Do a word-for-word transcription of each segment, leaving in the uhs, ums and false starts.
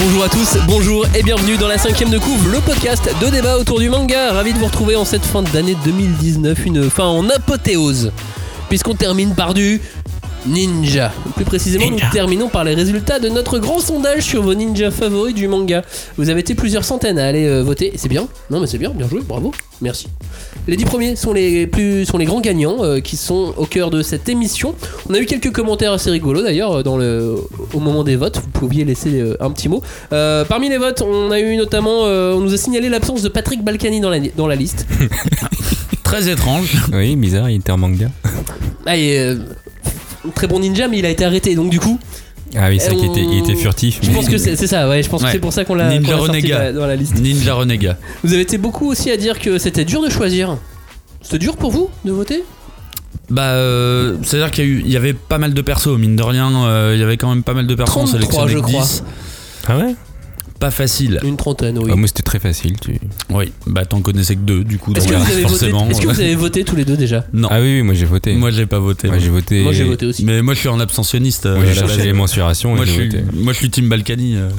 Bonjour à tous, bonjour et bienvenue dans la cinquième de couve, le podcast de débat autour du manga. Ravi de vous retrouver en cette fin d'année deux mille dix-neuf, une fin en apothéose, puisqu'on termine par du ninja. Plus précisément, ninja. Nous terminons par les résultats de notre grand sondage sur vos ninjas favoris du manga. Vous avez été plusieurs centaines à aller euh, voter, c'est bien. Non mais c'est bien, bien joué, bravo, merci. Les dix premiers sont les plus sont les grands gagnants euh, qui sont au cœur de cette émission. On a eu quelques commentaires assez rigolos d'ailleurs dans le au moment des votes. Vous pouviez laisser euh, un petit mot. Euh, parmi les votes, on a eu notamment, euh, on nous a signalé l'absence de Patrick Balkany dans la dans la liste. Très étrange. Oui, bizarre, il était en manga. Ah, et, euh, très bon ninja, mais il a été arrêté, donc du coup. Ah oui, c'est vrai on... qu'il était, il était furtif. Je mais... pense que c'est, c'est ça, ouais. Je pense ouais. que c'est pour ça qu'on l'a, Ninja qu'on l'a sorti Renégat. dans la liste. Ninja Renégat. Vous avez été beaucoup aussi à dire que c'était dur de choisir. C'était dur pour vous de voter ? Bah, euh, c'est-à-dire qu'il y, a eu, il y avait pas mal de persos, mine de rien. Euh, il y avait quand même pas mal de persos. trente-trois, je crois. dix. Ah ouais ? Pas facile. Une trentaine, oui. Ah, moi c'était très facile. Tu... Oui, bah t'en connaissais que deux, du coup. Est-ce, donc, que, vous avez forcément, voté, est-ce que vous avez voté tous les deux déjà ? Non. Ah oui, oui, moi j'ai voté. Moi j'ai pas voté. Moi, j'ai voté. Moi j'ai voté aussi. Mais moi je suis en abstentionniste. Moi j'ai cherché les mensurations moi, et je j'ai suis, voté. moi je suis Team Balkany. Euh.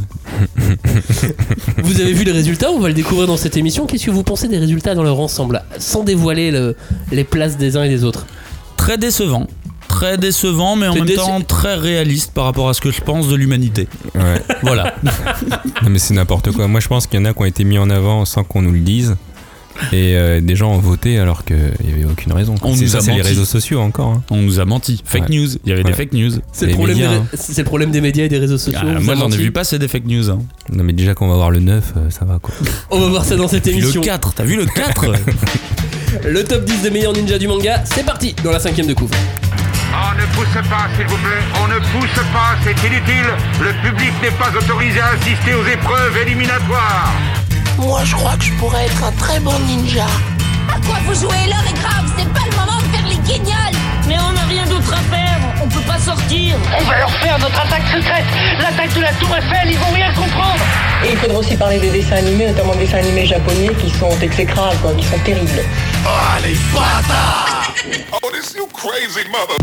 Vous avez vu les résultats, on va le découvrir dans cette émission. Qu'est-ce que vous pensez des résultats dans leur ensemble, sans dévoiler le, les places des uns et des autres ? Très décevant. Très décevant, mais en T'es même déce... temps très réaliste par rapport à ce que je pense de l'humanité. Ouais. Voilà. Non mais c'est n'importe quoi. Moi je pense qu'il y en a qui ont été mis en avant sans qu'on nous le dise. Et euh, des gens ont voté alors qu'il n'y avait aucune raison. On c'est nous ça, a c'est menti. les réseaux sociaux encore. Hein. On nous a menti. Fake ouais. news. Il y avait ouais. des fake news. C'est le, problème médias, des... hein. c'est le problème des médias et des réseaux sociaux. Ah, moi j'en ai vu passer des fake news. Hein. Non mais déjà qu'on va voir le neuf, euh, ça va quoi. On va voir ça dans cette émission. Le quatre, t'as vu le quatre? Le top dix des meilleurs ninjas du manga, c'est parti dans la cinquième de couve. On ne pousse pas, s'il vous plaît. On ne pousse pas, c'est inutile. Le public n'est pas autorisé à assister aux épreuves éliminatoires. Moi, je crois que je pourrais être un très bon ninja. À quoi vous jouez? L'heure est grave, c'est pas le moment de faire les guignols. Mais on n'a rien d'autre à faire, on peut pas sortir. On va leur faire notre attaque secrète, l'attaque de la Tour Eiffel, ils vont rien comprendre. Et il faudra aussi parler des dessins animés, notamment des dessins animés japonais qui sont exécrables, quoi, qui sont terribles. Ah, les bâtards! Oh, this you crazy mother...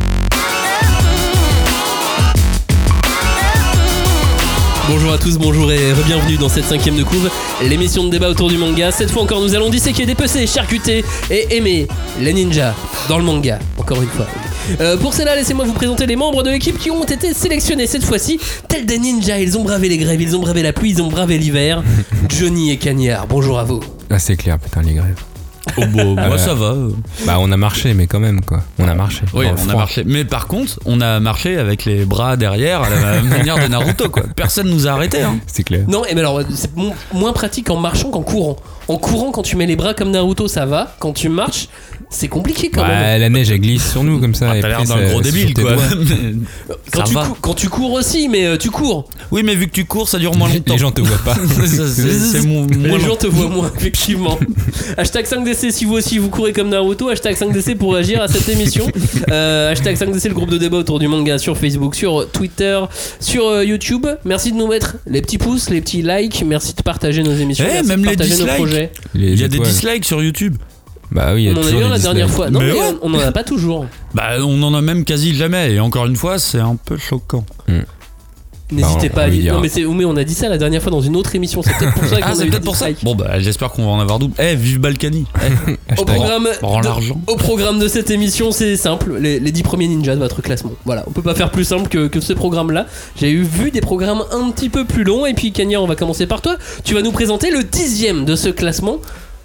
Bonjour à tous, bonjour et bienvenue dans cette cinquième de couve, l'émission de débat autour du manga. Cette fois encore, nous allons disséquer, dépecer, charcuter et aimer les ninjas dans le manga. Encore une fois. Euh, pour cela, laissez-moi vous présenter les membres de l'équipe qui ont été sélectionnés cette fois-ci. Tels des ninjas, ils ont bravé les grèves, ils ont bravé la pluie, ils ont bravé l'hiver. Johnny et Cagnard, bonjour à vous. Ah c'est clair, putain les grèves. Oh bon, ah, moi bah, ça va. Bah on a marché mais quand même quoi. On a marché. Oui, on a marché. Mais par contre, on a marché avec les bras derrière à la manière de Naruto quoi. Personne nous a arrêtés hein. C'est clair. Non, mais alors c'est mo- moins pratique en marchant qu'en courant. En courant, quand tu mets les bras comme Naruto, ça va. Quand tu marches, c'est compliqué quand bah, même. La neige elle glisse sur nous comme ça. Ah, et t'as l'air puis, d'un ça, gros débile quoi. Quand tu, cou- quand tu cours aussi, mais euh, tu cours. Oui, mais vu que tu cours, ça dure moins longtemps. Les gens te voient pas. ça, c'est, c'est mon, Les moins gens long. te voient moins, effectivement. Hashtag cinq D C si vous aussi vous courez comme Naruto. Hashtag cinq D C pour réagir à cette émission. Euh, hashtag cinq D C le groupe de débat autour du manga sur Facebook, sur Twitter, sur euh, YouTube. Merci de nous mettre les petits pouces, les petits likes. Merci de partager nos émissions. Eh, merci même de les partager nos dislikes. projets. Les Il y a des étoiles. dislikes sur YouTube. Bah oui, il y a On en a toujours eu un des la dernière dislikes. fois. Non, Mais mais ouais. on n'en a pas toujours. Bah, on en a même quasi jamais. Et encore une fois, c'est un peu choquant. Hmm. N'hésitez Bah, pas on à va lui dire. dire. Non, mais, c'est... mais on a dit ça la dernière fois dans une autre émission. C'est peut-être pour ça qu'on Ah, a c'est eu peut-être des pour ça. dislikes. Bon, bah, j'espère qu'on va en avoir double. Eh, vive Balkany. Eh, Au Hashtag. programme, Rends de, l'argent. au programme de cette émission, c'est simple, les, les dix premiers ninjas de votre classement. Voilà, on peut pas faire plus simple que, que ce programme-là. J'ai eu vu des programmes un petit peu plus longs, et puis Cagnard, on va commencer par toi. Tu vas nous présenter le dixième de ce classement.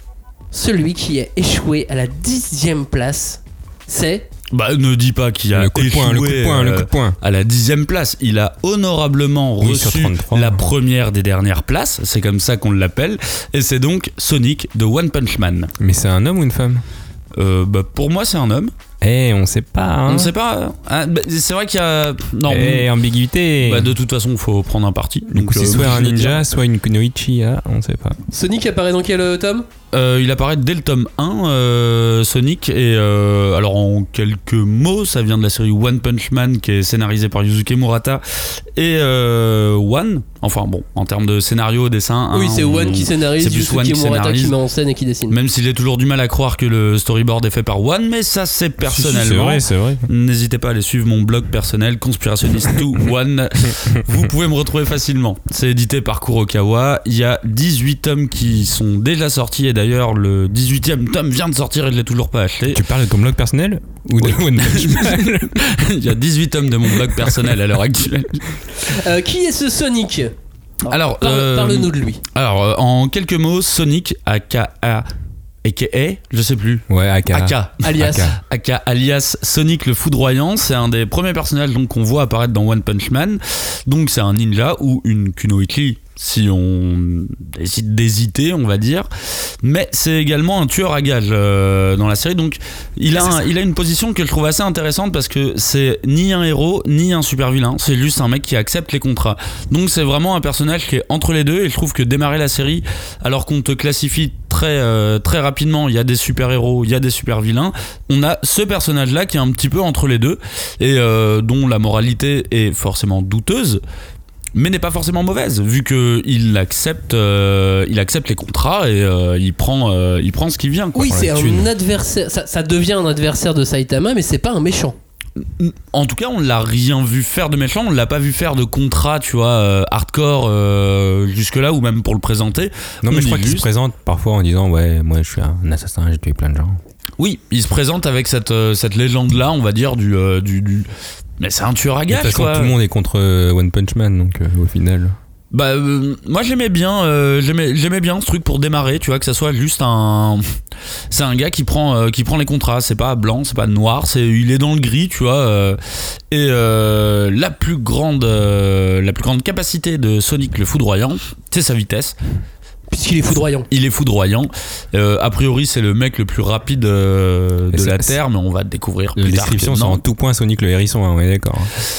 Celui qui a échoué à la dixième place, c'est... Bah, ne dis pas qu'il a Le coup de poing, le coup de échoué, poing, le euh, coup de poing. à la dixième place. Il a honorablement Oui, sur reçu trente-trois. la première des dernières places. C'est comme ça qu'on l'appelle. Et c'est donc Sonic de One Punch Man. Mais c'est un homme ou une femme? Euh, bah, pour moi, c'est un homme. Eh, on sait pas hein. On ne sait pas. Hein, bah, c'est vrai qu'il y a. Non, Eh, ambiguïté. bah, de toute façon, il faut prendre un parti. Du coup, c'est euh, soit je un vais ninja, dire- soit une kunoichi, hein, on sait pas. Sonic apparaît dans quel euh, tome ? euh, il apparaît dès le tome un, euh, Sonic, et euh, alors en quelques mots, ça vient de la série One Punch Man qui est scénarisée par Yusuke Murata et euh, One, enfin bon, en termes de scénario, dessin... Oui, hein, c'est on, One qui scénarise, Yusuke Murata qui met en scène et qui dessine. Même s'il est toujours du mal à croire que le storyboard est fait par One, mais ça c'est personnellement. C'est vrai, c'est vrai. N'hésitez pas à aller suivre mon blog personnel, Conspirationniste to One. Vous pouvez me retrouver facilement. C'est édité par Kurokawa. Il y a dix-huit tomes qui sont déjà sortis, et d'ailleurs le dix-huitième tome vient de sortir et je l'ai toujours pas acheté. Tu parles de ton blog personnel ou de oui. One Punch Man? Il y a dix-huit tomes de mon blog personnel à l'heure actuelle. Euh, qui est ce Sonic? Alors, Parle, euh, parle-nous de lui. Alors, euh, en quelques mots, Sonic, aka, aka, je sais plus. Ouais, Aka. Aka. Alias. Aka. Aka, alias Sonic le Foudroyant, c'est un des premiers personnages donc, qu'on voit apparaître dans One Punch Man. Donc, c'est un ninja ou une kunoichi, si on décide d'hésiter, on va dire. Mais c'est également un tueur à gages euh, dans la série. Donc, il a, un, il a une position que je trouve assez intéressante parce que c'est ni un héros, ni un super vilain. C'est juste un mec qui accepte les contrats. Donc, c'est vraiment un personnage qui est entre les deux. Et je trouve que démarrer la série, alors qu'on te classifie très, euh, très rapidement, il y a des super héros, il y a des super vilains. On a ce personnage-là qui est un petit peu entre les deux et euh, dont la moralité est forcément douteuse, mais n'est pas forcément mauvaise vu que il accepte, euh, il accepte les contrats et euh, il prend, euh, il prend ce qui vient. Quoi, oui, c'est un thune. adversaire. Ça, ça devient un adversaire de Saitama, mais c'est pas un méchant. En tout cas, on l'a rien vu faire de méchant, on l'a pas vu faire de contrat, tu vois, euh, hardcore euh, jusque là ou même pour le présenter. Non, mais On je crois dit qu'il se juste- présente parfois en disant ouais, moi je suis un assassin, j'ai tué plein de gens. Oui, il se présente avec cette, euh, cette légende-là, on va dire du, euh, du, du... mais c'est un tueur à De toute gages, façon, quoi. tout le monde est contre euh, One Punch Man, donc euh, au final. Bah euh, moi j'aimais bien euh, j'aimais, j'aimais bien ce truc pour démarrer, tu vois, que ça soit juste un c'est un gars qui prend euh, qui prend les contrats, c'est pas blanc, c'est pas noir, c'est il est dans le gris, tu vois, euh, et euh, la plus grande euh, la plus grande capacité de Sonic le Foudroyant, c'est sa vitesse. Puisqu'il est foudroyant. Il est foudroyant. Euh, a priori, c'est le mec le plus rapide euh, de Et la c'est- Terre, mais on va découvrir La plus tard. description, que c'est non. en tout point Sonic le hérisson, hein, on est d'accord.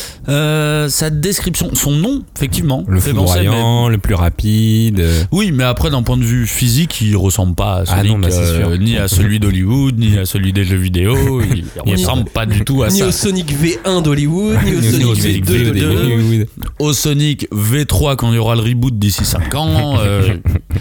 Euh, sa description, son nom, effectivement, Le fait penser, mais- foudroyant, le plus rapide. euh, Oui, mais après, d'un point de vue physique, il ressemble pas à Sonic, Ah non, bah, c'est euh, sûr. ni à celui d'Hollywood, ni à celui des jeux vidéo. Il Ni- ressemble pas du tout à Ni ça. au Sonic V un d'Hollywood, ni au Ni Sonic au V Sonic deux V deux d'Hollywood. d'Hollywood. Au Sonic V trois quand il y aura le reboot d'ici cinq ans. euh,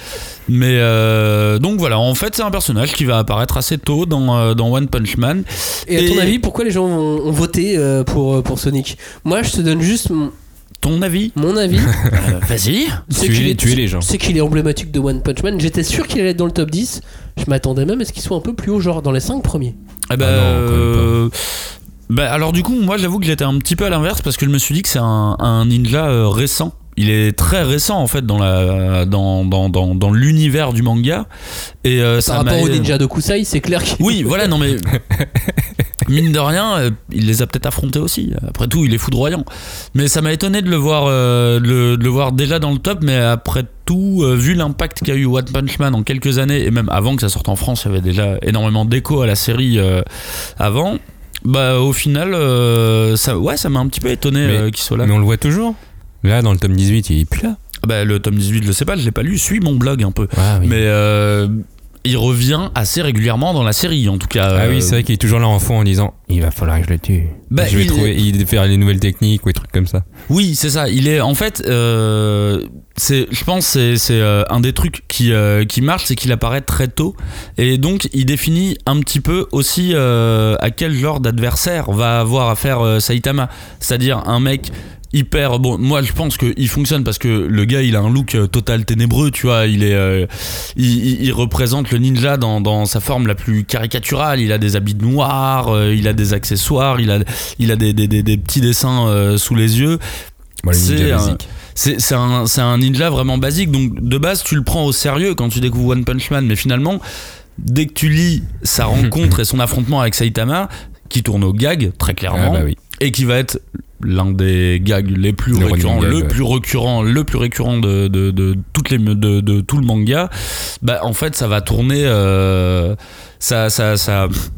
mais euh, donc voilà, en fait, c'est un personnage qui va apparaître assez tôt dans, euh, dans One Punch Man. Et à ton Et- avis, pourquoi les gens ont, ont voté euh, pour, pour Sonic? Moi, je te donne juste mon, Ton avis? mon avis. Euh, Vas-y. C'est Tuer qu'il les- est, tuer les gens. c'est qu'il est emblématique de One Punch Man. J'étais sûr qu'il allait être dans le top dix. Je m'attendais même à ce qu'il soit un peu plus haut, genre dans les cinq premiers. Eh ben, Ah non, quand même pas. euh, bah, alors du coup, moi j'avoue que j'étais un petit peu à l'inverse parce que je me suis dit que c'est un, un ninja euh, récent. Il est très récent en fait dans, la, dans, dans, dans, dans l'univers du manga. Et, euh, ça Par rapport m'a- au ninja de Kusai, c'est clair qu'il... Oui, voilà, non mais mine de rien, euh, il les a peut-être affrontés aussi. Après tout, il est foudroyant. Mais ça m'a étonné de le voir, euh, de le, de le voir déjà dans le top. Mais après tout, euh, vu l'impact qu'a eu One Punch Man en quelques années, et même avant que ça sorte en France, il y avait déjà énormément d'écho à la série euh, avant. Bah au final, euh, ça, ouais, ça m'a un petit peu étonné Mais- euh, qu'il soit là. Mais on le voit toujours. Là, dans le tome dix-huit, il est plus là. Bah, le tome dix-huit, je le sais pas, je l'ai pas lu. Suis mon blog un peu. Ah oui, Mais euh, il revient assez régulièrement dans la série, en tout cas. ah, euh, oui c'est vrai qu'il est toujours là en fond en disant il va falloir que je le tue. Bah, je vais il- trouver, il va faire les nouvelles techniques ou des trucs comme ça. Oui, c'est ça. Il est en fait, euh, c'est, je pense, c'est, c'est euh, un des trucs qui euh, qui marche, c'est qu'il apparaît très tôt et donc il définit un petit peu aussi euh, à quel genre d'adversaire va avoir affaire euh, Saitama, c'est-à-dire un mec hyper bon. Moi, je pense qu'il fonctionne parce que le gars, il a un look euh, total ténébreux, tu vois. Il est, euh, il, il- il représente le ninja dans, dans sa forme la plus caricaturale. Il a des habits noirs, euh, il a des accessoires, il a, il a des, des, des, des petits dessins euh, sous les yeux. Bon, le ninja C'est un- basique. C'est, c'est, un, c'est un ninja vraiment basique, donc de base tu le prends au sérieux quand tu découvres One Punch Man, mais finalement dès que tu lis sa rencontre et son affrontement avec Saitama, qui tourne au gag très clairement, Ah bah oui. et qui va être l'un des gags les plus Le récurrents, running gag, le ouais. plus récurrent, le plus récurrent de, de, de, toutes les, de, de tout le manga, bah en fait ça va tourner, euh, ça, ça, ça,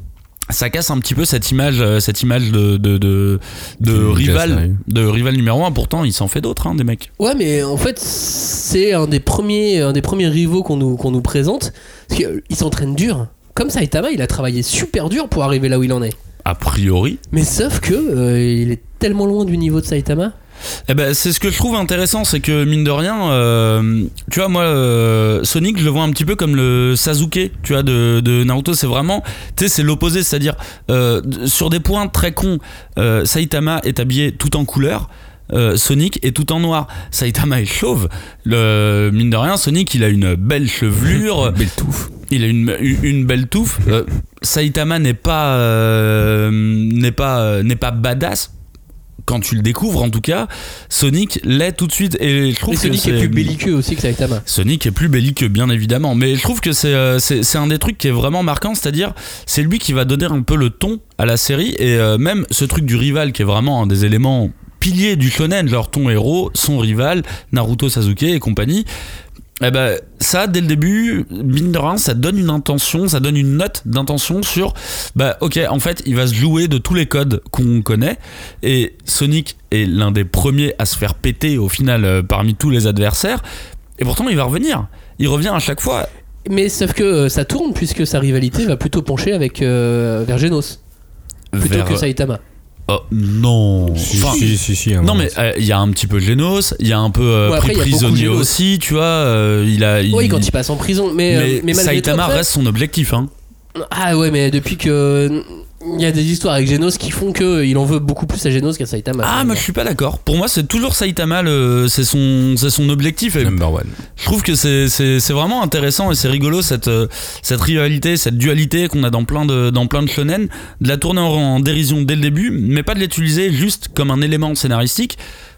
ça casse un petit peu cette image, cette image de, de, de, de rival, de rival numéro un. Pourtant, il s'en fait d'autres, hein, des mecs. Ouais, mais en fait, c'est un des premiers, un des premiers rivaux qu'on nous, qu'on nous présente. Parce qu'il s'entraîne dur. Comme Saitama, il a travaillé super dur pour arriver là où il en est. A priori. Mais sauf que euh, il est tellement loin du niveau de Saitama. Eh ben, c'est ce que je trouve intéressant, c'est que mine de rien, euh, tu vois, moi, euh, Sonic, je le vois un petit peu comme le Sasuke, tu vois, de, de Naruto. C'est vraiment, tu sais, c'est l'opposé, c'est-à-dire euh, sur des points très cons, euh, Saitama est habillé tout en couleur. Euh, Sonic est tout en noir. Saitama est chauve. Le, mine de rien, Sonic, il a une belle chevelure, une belle touffe. Il a une, une belle touffe. Euh, Saitama n'est pas, euh, n'est pas, n'est pas badass. Quand tu le découvres, en tout cas, Sonic l'est tout de suite. Et je trouve et Sonic que c'est... est plus belliqueux aussi que Saitama. Sonic est plus belliqueux, bien évidemment. Mais je trouve que c'est, c'est, c'est un des trucs qui est vraiment marquant, c'est-à-dire c'est lui qui va donner un peu le ton à la série. Et euh, même ce truc du rival qui est vraiment un des éléments piliers du shonen, genre ton héros, son rival, Naruto, Sasuke et compagnie. Eh ben, ça, dès le début, mine de rien, ça donne une intention, ça donne une note d'intention sur, bah, ok, en fait, il va se jouer de tous les codes qu'on connaît, et Sonic est l'un des premiers à se faire péter, au final, euh, parmi tous les adversaires, et pourtant, il va revenir. Il revient à chaque fois. Mais sauf que euh, ça tourne, puisque sa rivalité va plutôt pencher avec, euh, vers Genos, plutôt Vers... que Saitama. Oh non. Si, enfin, si, si, si, non mais il euh, y a un petit peu Genos, il y a un peu euh, ouais, après, pris prisonnier aussi, tu vois. Euh, il a. Il... Oui, quand il passe en prison, mais mais, euh, mais malgré Saitama tout, après... reste son objectif, hein. Ah ouais, mais depuis que il y a des histoires avec Genos qui font que il en veut beaucoup plus à Genos qu'à Saitama. Ah, moi je suis pas d'accord. Pour moi, c'est toujours Saitama, le, c'est son, c'est son objectif. Et number one. Je trouve que c'est, c'est, c'est vraiment intéressant et c'est rigolo cette, cette rivalité, cette dualité qu'on a dans plein de, dans plein de shonen, de la tourner en, en dérision dès le début, mais pas de l'utiliser juste comme un élément scénaristique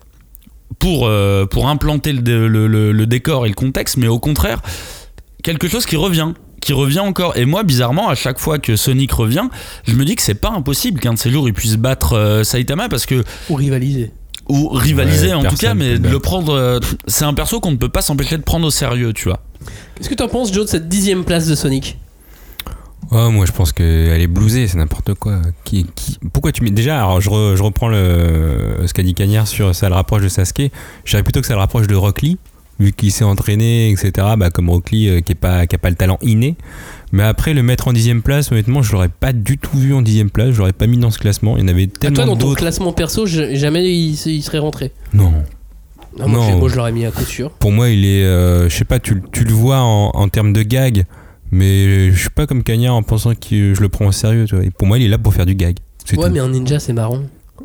pour, euh, pour implanter le, le, le, le décor et le contexte, mais au contraire quelque chose qui revient. qui revient encore. Et moi, bizarrement, à chaque fois que Sonic revient, je me dis que c'est pas impossible qu'un de ces jours il puisse battre euh, Saitama parce que. Ou rivaliser. Ou rivaliser ouais, en tout cas, mais de le battre. prendre. Euh, c'est un perso qu'on ne peut pas s'empêcher de prendre au sérieux, tu vois. Qu'est-ce que t'en penses, Joe, de cette dixième place de Sonic ? Oh, moi je pense qu'elle est blousée, c'est n'importe quoi. Qui, qui, pourquoi tu mets. Déjà, alors je, re, je reprends le, ce qu'a dit Cagnard sur ça le rapproche de Sasuke. Je dirais plutôt que ça le rapproche de Rock Lee, vu qu'il s'est entraîné, et cetera. Bah, comme Rock Lee, euh, qui n'a pas, qui a pas le talent inné. Mais après, le mettre en dixième place, honnêtement, je l'aurais pas du tout vu en dixième place. Je l'aurais pas mis dans ce classement. Il y en avait tellement toi, dans ton d'autres. classement perso, jamais il, il serait rentré. Non. Non, moi, Non. je, moi, je l'aurais mis à coup sûr. Pour moi, il est. Euh, je sais pas, tu, tu le vois en, en termes de gag, mais je suis pas comme Cagnard en pensant que je le prends au sérieux. Tu vois. Et pour moi, il est là pour faire du gag. C'est Ouais, tout. mais un ninja, c'est marrant.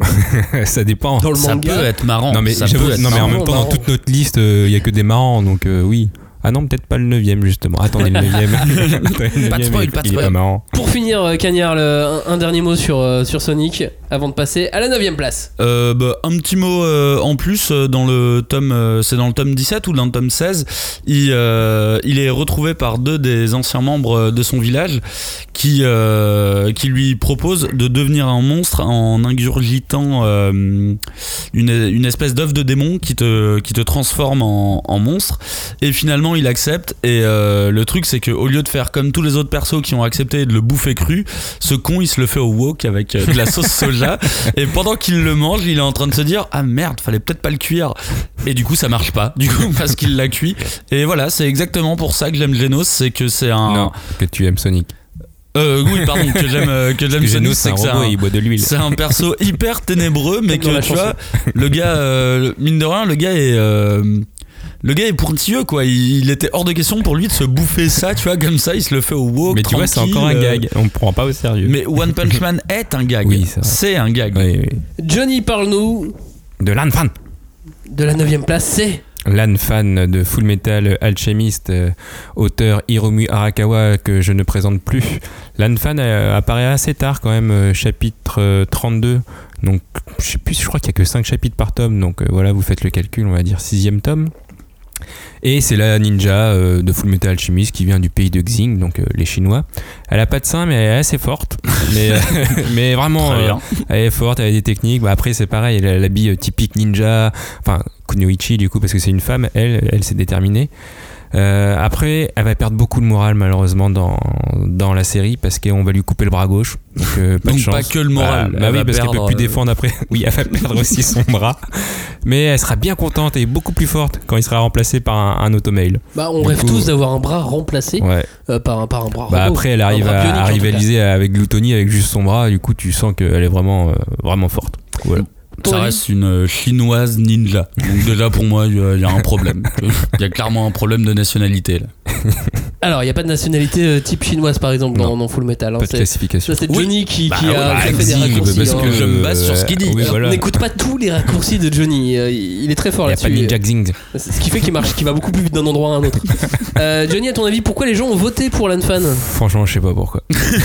Ça dépend. Dans le Ça manga. peut être marrant. Non mais, ça j'avoue- peut être non, mais en marrant, même temps marrant. dans toute notre liste il y a que des marrants donc euh, oui. Ah non peut-être pas le neuvième justement. Attendez le neuvième. Pas de spoil, pas de Il est spoil. pas marrant. Pour finir, euh, Cagnard, le- un, un dernier mot sur, euh, sur Sonic avant de passer à la neuvième place. Euh, bah, un petit mot euh, en plus euh, dans le tome, euh, c'est dans le tome dix-sept ou dans le tome seize. Il, euh, il est retrouvé par deux des anciens membres de son village qui, euh, qui lui proposent de devenir un monstre en ingurgitant euh, une, une espèce d'œuf de démon qui te, qui te transforme en, en monstre. Et finalement, il accepte. Et euh, le truc, c'est qu'au lieu de faire comme tous les autres persos qui ont accepté de le bouffer cru, ce con, il se le fait au wok avec euh, de la sauce soja. Et pendant qu'il le mange, il est en train de se dire ah merde, fallait peut-être pas le cuire. Et du coup, ça marche pas. Du coup, parce qu'il l'a cuit. Et voilà, c'est exactement pour ça que j'aime Genos, c'est que c'est un. Non que tu aimes Sonic. Euh, oui, pardon, que j'aime, euh, que j'aime Parce que Sonic, Genos, c'est c'est un que c'est robot un, et il boit de l'huile. c'est un perso hyper ténébreux, mais Comme dans que la tu vois, le gars, euh, mine de rien, le gars est. Euh, Le gars est pointilleux quoi, il, il était hors de question pour lui de se bouffer ça, tu vois, comme ça, il se le fait au wok. Mais tu vois c'est encore un tranquille, euh, gag. On me prend pas au sérieux. Mais One Punch Man est un gag. Oui, c'est vrai. c'est un gag. Oui, oui. Johnny, parle-nous De Lan Fan. de la neuvième place, c'est... Lan Fan de Full Metal Alchemist, euh, auteur Hiromu Arakawa que je ne présente plus. Lan Fan euh, apparaît assez tard quand même, euh, chapitre euh, trente-deux. Donc je sais plus, je crois qu'il y a que cinq chapitres par tome. Donc euh, voilà, vous faites le calcul, on va dire sixième tome. Et c'est la ninja euh, de Full Metal Alchemist qui vient du pays de Xing, donc euh, les Chinois. Elle a pas de seins, mais elle est assez forte. Mais, euh, mais vraiment, Très euh, bien. elle est forte, elle a des techniques. Bah, après, c'est pareil, elle a l'habit euh, typique ninja. Enfin, Kunoichi, du coup, parce que c'est une femme, elle, elle s'est déterminée. Euh, après, elle va perdre beaucoup de morale malheureusement dans, dans la série parce qu'on va lui couper le bras gauche. Donc, euh, pas, donc de chance. pas que le moral. Bah, bah oui, parce qu'elle peut plus défendre après. Oui, elle va perdre aussi son bras. Mais elle sera bien contente et beaucoup plus forte quand il sera remplacé par un, un automail. Bah, on du rêve coup, tous d'avoir un bras remplacé ouais. euh, par, un, par un bras bah robot. après, elle arrive à, à rivaliser avec Gluttony avec juste son bras. Du coup, tu sens qu'elle est vraiment, euh, vraiment forte. Voilà. Ça reste une chinoise ninja. Donc déjà pour moi, il y, y a un problème. Il y a clairement un problème de nationalité là. Alors, il n'y a pas de nationalité euh, type chinoise par exemple dans, dans Full Metal. Hein. Pas de classification. Ça, c'est Johnny oui. qui, bah, qui ouais, a bah, fait des exige, raccourcis. parce hein. que je me base sur ce qu'il dit. Oui, Alors, voilà. n'écoute pas tous les raccourcis de Johnny. euh, Il est très fort Il n'y a là-dessus. pas de Ninja Xing. C'est ce qui fait qu'il marche, qu'il va beaucoup plus vite d'un endroit à un autre. euh, Johnny, à ton avis, pourquoi les gens ont voté pour Lanfan ? Franchement, je sais pas pourquoi.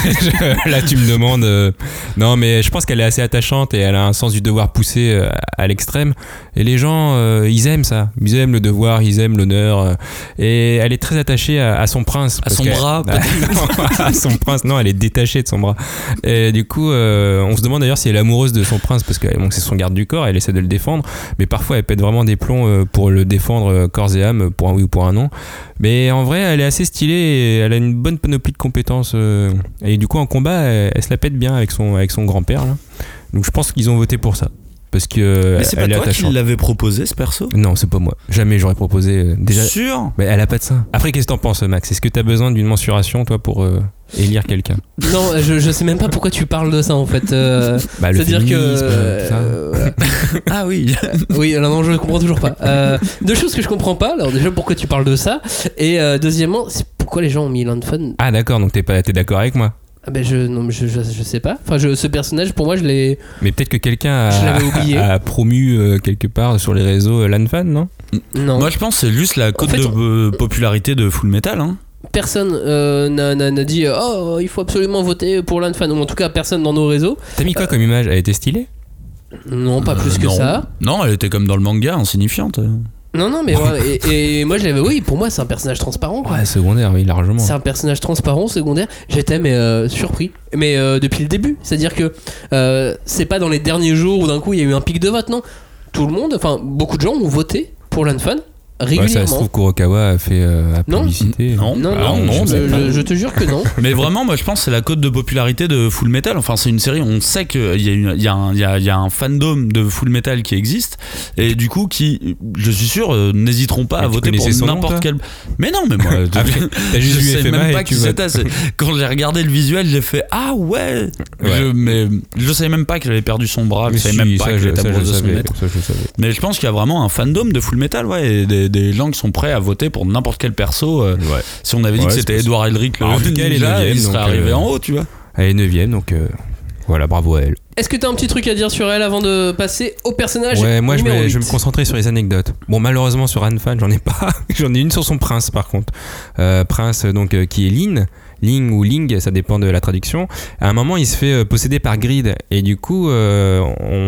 Là, tu me demandes. Euh... Non, mais je pense qu'elle est assez attachante et elle a un sens du devoir poussé euh, à l'extrême. Et les gens, euh, ils aiment ça. Ils aiment le devoir, ils aiment l'honneur. Euh, et elle est très attachée à, à son prince. À son bras, peut-être. À son prince, non, elle est détachée de son bras. Et du coup, euh, on se demande d'ailleurs si elle est amoureuse de son prince parce que bon, c'est son garde du corps, elle essaie de le défendre. Mais parfois, elle pète vraiment des plombs euh, pour le défendre euh, corps et âme, pour un oui ou pour un non. Mais en vrai, elle est assez stylée et elle a une bonne panoplie de compétences. Euh, et du coup, en combat, elle, elle se la pète bien avec son, avec son grand-père. Là. Donc, je pense qu'ils ont voté pour ça. Parce que mais c'est elle pas est toi attachante. qui l'avais proposé ce perso ? Non, c'est pas moi. Jamais j'aurais proposé. Euh, déjà. Sûr ? Mais elle a pas de sein. Après, qu'est-ce que t'en penses, Max ? Est-ce que t'as besoin d'une mensuration, toi, pour euh, élire quelqu'un ? Non, je, je sais même pas pourquoi tu parles de ça en fait. Euh, bah, le C'est-à-dire que. féminisme, tout ça. Euh, ah oui. euh, oui, alors non, je comprends toujours pas. Euh, deux choses que je comprends pas. Alors déjà, pourquoi tu parles de ça ? Et euh, deuxièmement, c'est pourquoi les gens ont mis Lanfan ? Ah d'accord, donc t'es pas, t'es d'accord avec moi ? Ah ben je, non, je, je, je sais pas. Enfin, je, ce personnage, pour moi, je l'ai. Mais peut-être que quelqu'un Je a, l'avais oublié. a, a promu euh, quelque part sur les réseaux euh, Lanfan, non ? Non. Moi je pense que c'est juste la cote En fait, de on- euh, popularité de Full Metal. Hein. Personne euh, n'a, n'a, n'a dit oh il faut absolument voter pour Lanfan, ou en tout cas personne dans nos réseaux. T'as mis quoi comme image ? Elle était stylée ? Non, pas plus Euh, que non. ça. Non, elle était comme dans le manga, insignifiante. Non, non, mais ouais, et, et moi je l'avais. Oui, pour moi c'est un personnage transparent quoi. Ouais, secondaire, oui, largement. C'est un personnage transparent, secondaire. J'étais mais euh, surpris. Mais euh, depuis le début, c'est-à-dire que euh, c'est pas dans les derniers jours où d'un coup il y a eu un pic de vote, non. Tout le monde, enfin beaucoup de gens ont voté pour Lanfan Ouais, régulièrement. ça se trouve Kurokawa a fait euh, la Non. publicité. Non, Non, ah, non, non, je, c'est pas- je- je te jure que non. Mais vraiment, moi je pense que c'est la cote de popularité de Full Metal. Enfin, c'est une série, on sait qu'il y a, une, il y, a un- il y, a, il y a un fandom de Full Metal qui existe. Et du coup, qui, je suis sûr, euh, n'hésiteront pas Mais à tu voter pour connaissais son nom, n'importe toi quel. Mais non, mais moi, Ah, t'as juste je vu sais F M A même et pas tu qui votes. c'était. C'est- Quand j'ai regardé le visuel, j'ai fait ah ouais. Ouais. Je, mais je savais même pas qu'elle avait perdu son bras. Je Mais savais si, même pas ça, qu'elle je, était ça, je amoureuse de son savais, maître. ça, je savais. Mais je pense qu'il y a vraiment un fandom de Full Metal, ouais, et des, des gens qui sont prêts à voter pour n'importe quel perso. euh, Ouais. Si on avait dit Ouais, que c'est c'était possible. Edouard Elric, le Ah, en tout cas, elle est ninja, neuvième, il serait donc, arrivé euh, en haut, tu vois. Elle est neuvième, donc euh, voilà, bravo à elle. Est-ce que t'as un petit truc à dire sur elle avant de passer au personnage Ouais, moi je numéro vais, je vais huit. me concentrer sur les anecdotes. Bon, malheureusement sur Lanfan, j'en ai pas. J'en ai une sur son prince par contre. Euh, prince donc euh, qui est Lin. Ling ou Ling, ça dépend de la traduction. À un moment, il se fait euh, posséder par Greed et du coup, euh,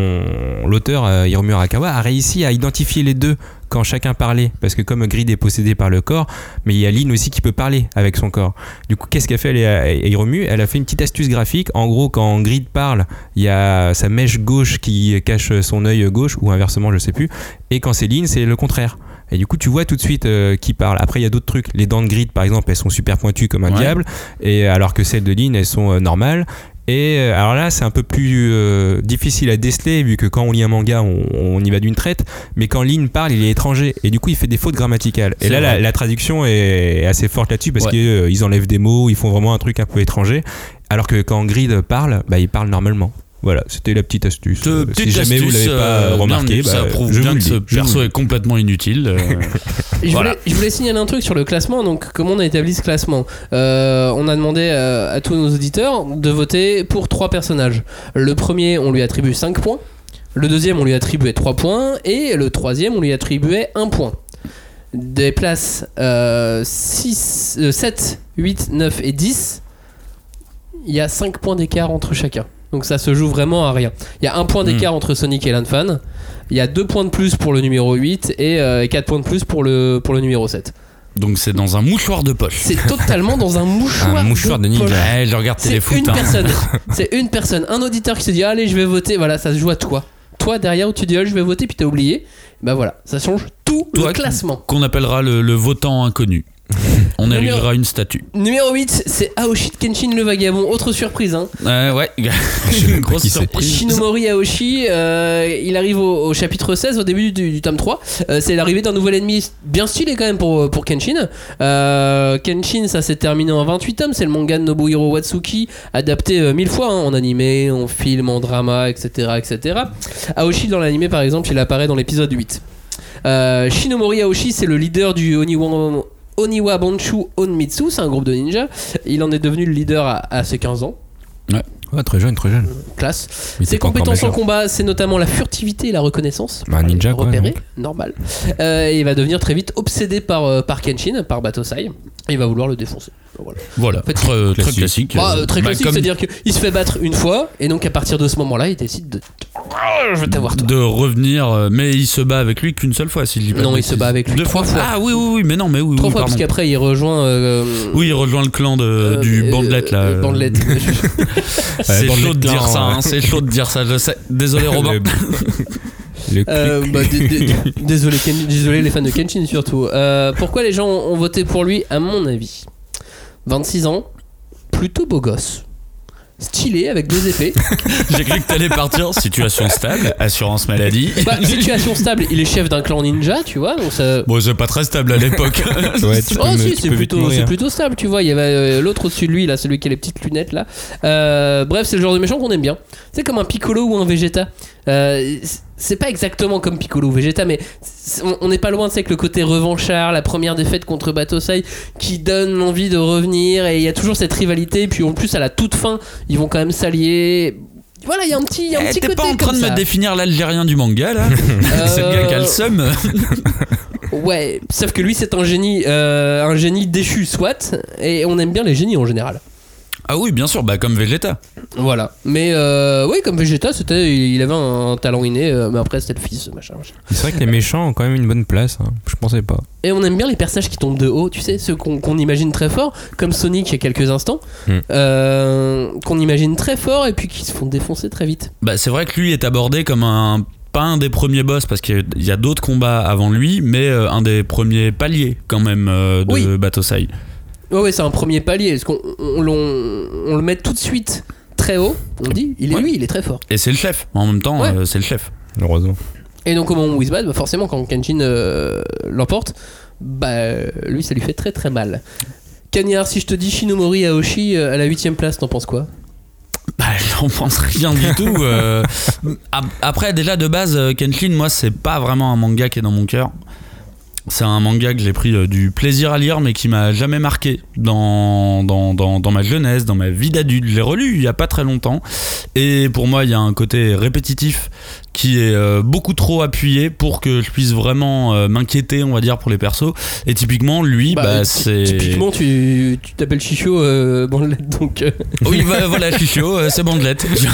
on- l'auteur euh, Hiromu Arakawa a réussi à identifier les deux quand chacun parlait, parce que comme Greed est possédé par le corps, mais il y a Lin aussi qui peut parler avec son corps. Du coup, qu'est-ce qu'elle fait elle, est- Hiromu Elle a fait une petite astuce graphique. En gros, quand Greed parle, il y a sa mèche gauche qui cache son œil gauche, ou inversement, je sais plus. Et quand c'est Lin, c'est le contraire. Et du coup, tu vois tout de suite euh, qui parle. Après, il y a d'autres trucs. Les dents de Greed, par exemple, elles sont super pointues comme un Ouais. diable, et alors que celles de Lin, elles sont euh, normales. Et euh, alors là, c'est un peu plus euh, difficile à déceler, vu que quand on lit un manga, on, on y va d'une traite. Mais quand Lin parle, il est étranger, et du coup, il fait des fautes grammaticales. Et C'est là, vrai. la, la traduction est assez forte là-dessus, parce Ouais. qu'ils euh, ils enlèvent des mots, ils font vraiment un truc un peu étranger. Alors que quand Greed parle, bah, il parle normalement. Voilà, c'était la petite astuce. Euh, Euh, petite si jamais vous astuce, l'avez pas euh, remarqué, bien, ça bah, prouve je bien vous le que ce dis. Je vous perso le est complètement inutile. euh. Je, Voilà. voulais, je voulais signaler un truc sur le classement. Donc, comment on a établi ce classement ? Euh, On a demandé à, à tous nos auditeurs de voter pour trois personnages. Le premier, on lui attribue cinq points. Le deuxième, on lui attribuait trois points. Et le troisième, on lui attribuait un point. Des places euh, six, euh, sept, huit, neuf et dix, il y a cinq points d'écart entre chacun. Donc ça se joue vraiment à rien. Il y a un point d'écart entre Sonic et Lanfan. Il y a deux points de plus pour le numéro huit et euh, quatre points de plus pour le, pour le numéro sept. Donc c'est dans un mouchoir de poche. C'est totalement dans un mouchoir, Un mouchoir de ninja. poche. Ouais, je regarde C'est Téléfoot. une hein. personne. C'est une personne. Un auditeur qui se dit allez je vais voter. Voilà, ça se joue à toi. Toi derrière où tu dis oh, je vais voter puis t'as oublié. Bah voilà, ça change tout tout Toi, le classement. Qu'on appellera le, le votant inconnu. On Numéro- érigera une statue. Numéro huit, c'est Aoshi de Kenshin le Vagabond. Autre surprise, hein. Euh, ouais, une grosse qui c'est. surprise. Shinomori Aoshi, euh, il arrive au, au chapitre seize, au début du, du tome trois. Euh, c'est l'arrivée d'un nouvel ennemi bien stylé quand même pour, pour Kenshin. Euh, Kenshin, ça s'est terminé en vingt-huit tomes. C'est le manga de Nobuhiro Watsuki, adapté euh, mille fois hein, en animé, en film, en drama, et cetera, et cetera. Aoshi, dans l'animé par exemple, il apparaît dans l'épisode huit. Euh, Shinomori Aoshi, c'est le leader du Oniwa, Oniwa Banshu Onmitsu, c'est un groupe de ninjas. Il en est devenu le leader à, à ses quinze ans. Ouais. Ouais, très jeune, très jeune. Classe. Mais Ses c'est pas encore compétences en majeur. combat, c'est notamment la furtivité et la reconnaissance. Bah, un ninja, quoi, repéré, donc. normal. Euh, et il va devenir très vite obsédé par, euh, par Kenshin, par Batosai. Et il va vouloir le défoncer. Voilà. Voilà, En fait, très, très classique. classique. Bah, euh, très Bah, classique, comme c'est-à-dire qu'il se fait battre une fois, et donc à partir de ce moment-là, il décide de. Oh, je vais t'avoir toi. de revenir, euh, mais il se bat avec lui qu'une seule fois. S'il dit pas Non, de il se bêtises. bat avec lui Deux trois fois. Ah oui, oui, oui, mais non, mais oui, Trois oui, fois, pardon. parce qu'après, il rejoint. Euh, Oui, il rejoint le clan de, euh, du euh, Bandlet là. euh, Bandlet. C'est Bandlet chaud de clan, dire ça, hein, ouais. c'est chaud de dire ça, je sais. Désolé Robin. Le Euh, clic. bah, d- d- désolé, Ken- désolé les fans de Kenshin surtout. Euh, pourquoi les gens ont voté pour lui? À mon avis, vingt-six ans, plutôt beau gosse, stylé avec deux épées. J'ai cru que t'allais partir. Situation stable, assurance maladie. Bah, situation stable, il est chef d'un clan ninja, tu vois, donc ça. Bon, c'est pas très stable à l'époque. Ouais, tu peux Oh me- si, tu c'est peux vite plutôt, mourir. c'est plutôt stable, tu vois. Il y avait euh, l'autre au-dessus de lui, là, celui qui a les petites lunettes, là. Euh, bref, c'est le genre de méchant qu'on aime bien. C'est comme un Piccolo ou un Vegeta. Euh, c'est pas exactement comme Piccolo ou Vegeta, mais c'est- on- on n'est pas loin, c'est que le côté revanchard, la première défaite contre Batosai, qui donne l'envie de revenir, et il y a toujours cette rivalité. Et puis en plus, à la toute fin, ils vont quand même s'allier. Voilà, il y a un petit, il y a un Eh, petit T'es côté pas en train comme de ça. me définir l'Algérien du manga là. C'est le gars qui a le seum. Ouais, sauf que lui, c'est un génie, euh, un génie déchu, soit, et on aime bien les génies en général. Ah oui, bien sûr, bah comme Vegeta. Voilà. Mais euh, oui, comme Vegeta, c'était, il avait un, talent inné, euh, mais après c'était le fils, machin, machin. C'est vrai que les méchants ont quand même une bonne place. Hein. Je pensais pas. Et on aime bien les personnages qui tombent de haut, tu sais, ceux qu'on, qu'on imagine très forts, comme Sonic il y a quelques instants, Mm. euh, qu'on imagine très fort et puis qui se font défoncer très vite. Bah c'est vrai que lui est abordé comme un pas un des premiers boss parce qu'il y a d'autres combats avant lui, mais euh, un des premiers paliers quand même euh, de Oui. Batosai. Ouais, ouais, c'est un premier palier, parce qu'on on, on- on le met tout de suite très haut, on dit, il est Ouais. lui, il est très fort. Et c'est le chef. En même temps, Ouais. euh, c'est le chef. Heureusement. Et donc au moment où il se bat, bah forcément quand Kenshin euh, l'emporte, bah lui ça lui fait très très mal. Cagnard, si je te dis Shinomori Aoshi euh, à la huitième place, t'en penses quoi? Bah, j'en pense rien du tout. euh. Ap- Après, déjà de base, euh, Kenshin, moi, c'est pas vraiment un manga qui est dans mon cœur. C'est un manga que j'ai pris euh, du plaisir à lire, mais qui m'a jamais marqué dans, dans, dans, dans ma jeunesse, dans ma vie d'adulte. Je l'ai relu il y a pas très longtemps. Et pour moi, il y a un côté répétitif qui est euh, beaucoup trop appuyé pour que je puisse vraiment euh, m'inquiéter, on va dire, pour les persos. Et typiquement, lui, bah, Bah, c'est. Typiquement tu, tu t'appelles Chicho euh, Bandlet, donc euh, Oui, bah, voilà, Chicho, euh, c'est Bandlet.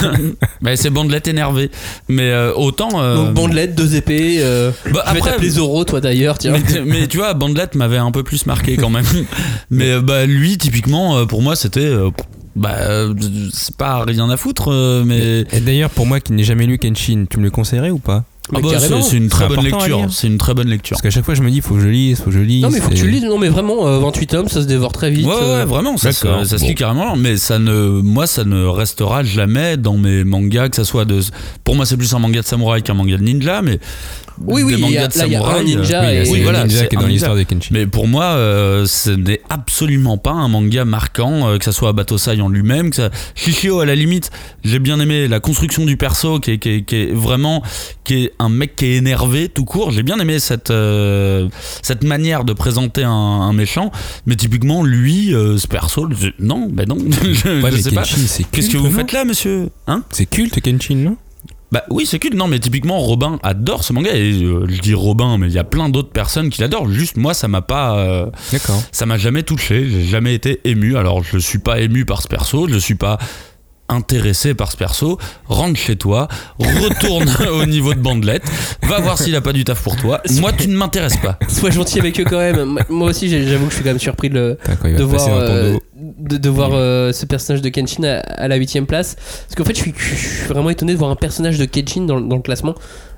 Bah, c'est Bandlet énervé. Mais euh, autant. euh, donc Bandlet, deux épées, euh, bah, je vais après, t'appeler Zoro toi d'ailleurs, tiens. mais, mais tu vois, Bandlet m'avait un peu plus marqué quand même. Mais euh, bah, lui, typiquement, euh, pour moi, c'était. euh, bah, euh, c'est pas rien à foutre, euh, mais. Et d'ailleurs, pour moi qui n'ai jamais lu Kenshin, tu me le conseillerais ou pas? Ah Mais bah, carrément. c'est, c'est une très C'est bonne important à lecture. lire. C'est une très bonne lecture. Parce qu'à chaque fois, je me dis, faut que je lise, faut que je lise. Non mais faut que c'est- tu le lises, non mais vraiment euh, vingt-huit tomes, ça se dévore très vite. Ouais, ouais, euh. vraiment, ça, se, D'accord. ça se Bon. lit carrément. Mais ça ne, moi, ça ne restera jamais dans mes mangas, que ça soit de. Pour moi, c'est plus un manga de samouraï qu'un manga de ninja, mais. Oui, oui, des il y a- mangas de là, il y a un samouraï, ninja Oui, et- c'est oui, le voilà, ninja c'est qui est un dans ninja. l'histoire de Kenshin. Mais pour moi, euh, ce n'est absolument pas un manga marquant, euh, que ça soit Batosai en lui-même, que ça... Shishio à la limite, j'ai bien aimé la construction du perso, qui est, qui est, qui est vraiment, qui est un mec qui est énervé tout court. J'ai bien aimé cette euh, cette manière de présenter un, un méchant, mais typiquement lui, euh, ce perso, je- non, ben non, je, Ouais, je mais sais pas. Kenshin, c'est Qu'est-ce que culte, vous non faites là, monsieur? Hein? C'est culte Kenshin, non? Bah oui, c'est cool. Non, mais typiquement, Robin adore ce manga. Et euh, je dis Robin, mais il y a plein d'autres personnes qui l'adorent. Juste, moi, ça m'a pas. euh, D'accord. ça m'a jamais touché. J'ai jamais été ému. Alors, je suis pas ému par ce perso. Je suis pas intéressé par ce perso. Rentre chez toi. Retourne au niveau de Bandlet. Va voir s'il a pas du taf pour toi. Moi, tu ne m'intéresses pas. Sois gentil avec eux quand même. Moi aussi j'ai- j'avoue que je suis quand même surpris de le, Putain, quand il va de passer voir, dans ton euh, dos. de, de voir euh, ce personnage de Kenshin à, à la huitième place. Parce qu'en fait, je suis, je suis vraiment étonné de voir un personnage de Kenshin dans, le- dans le classement.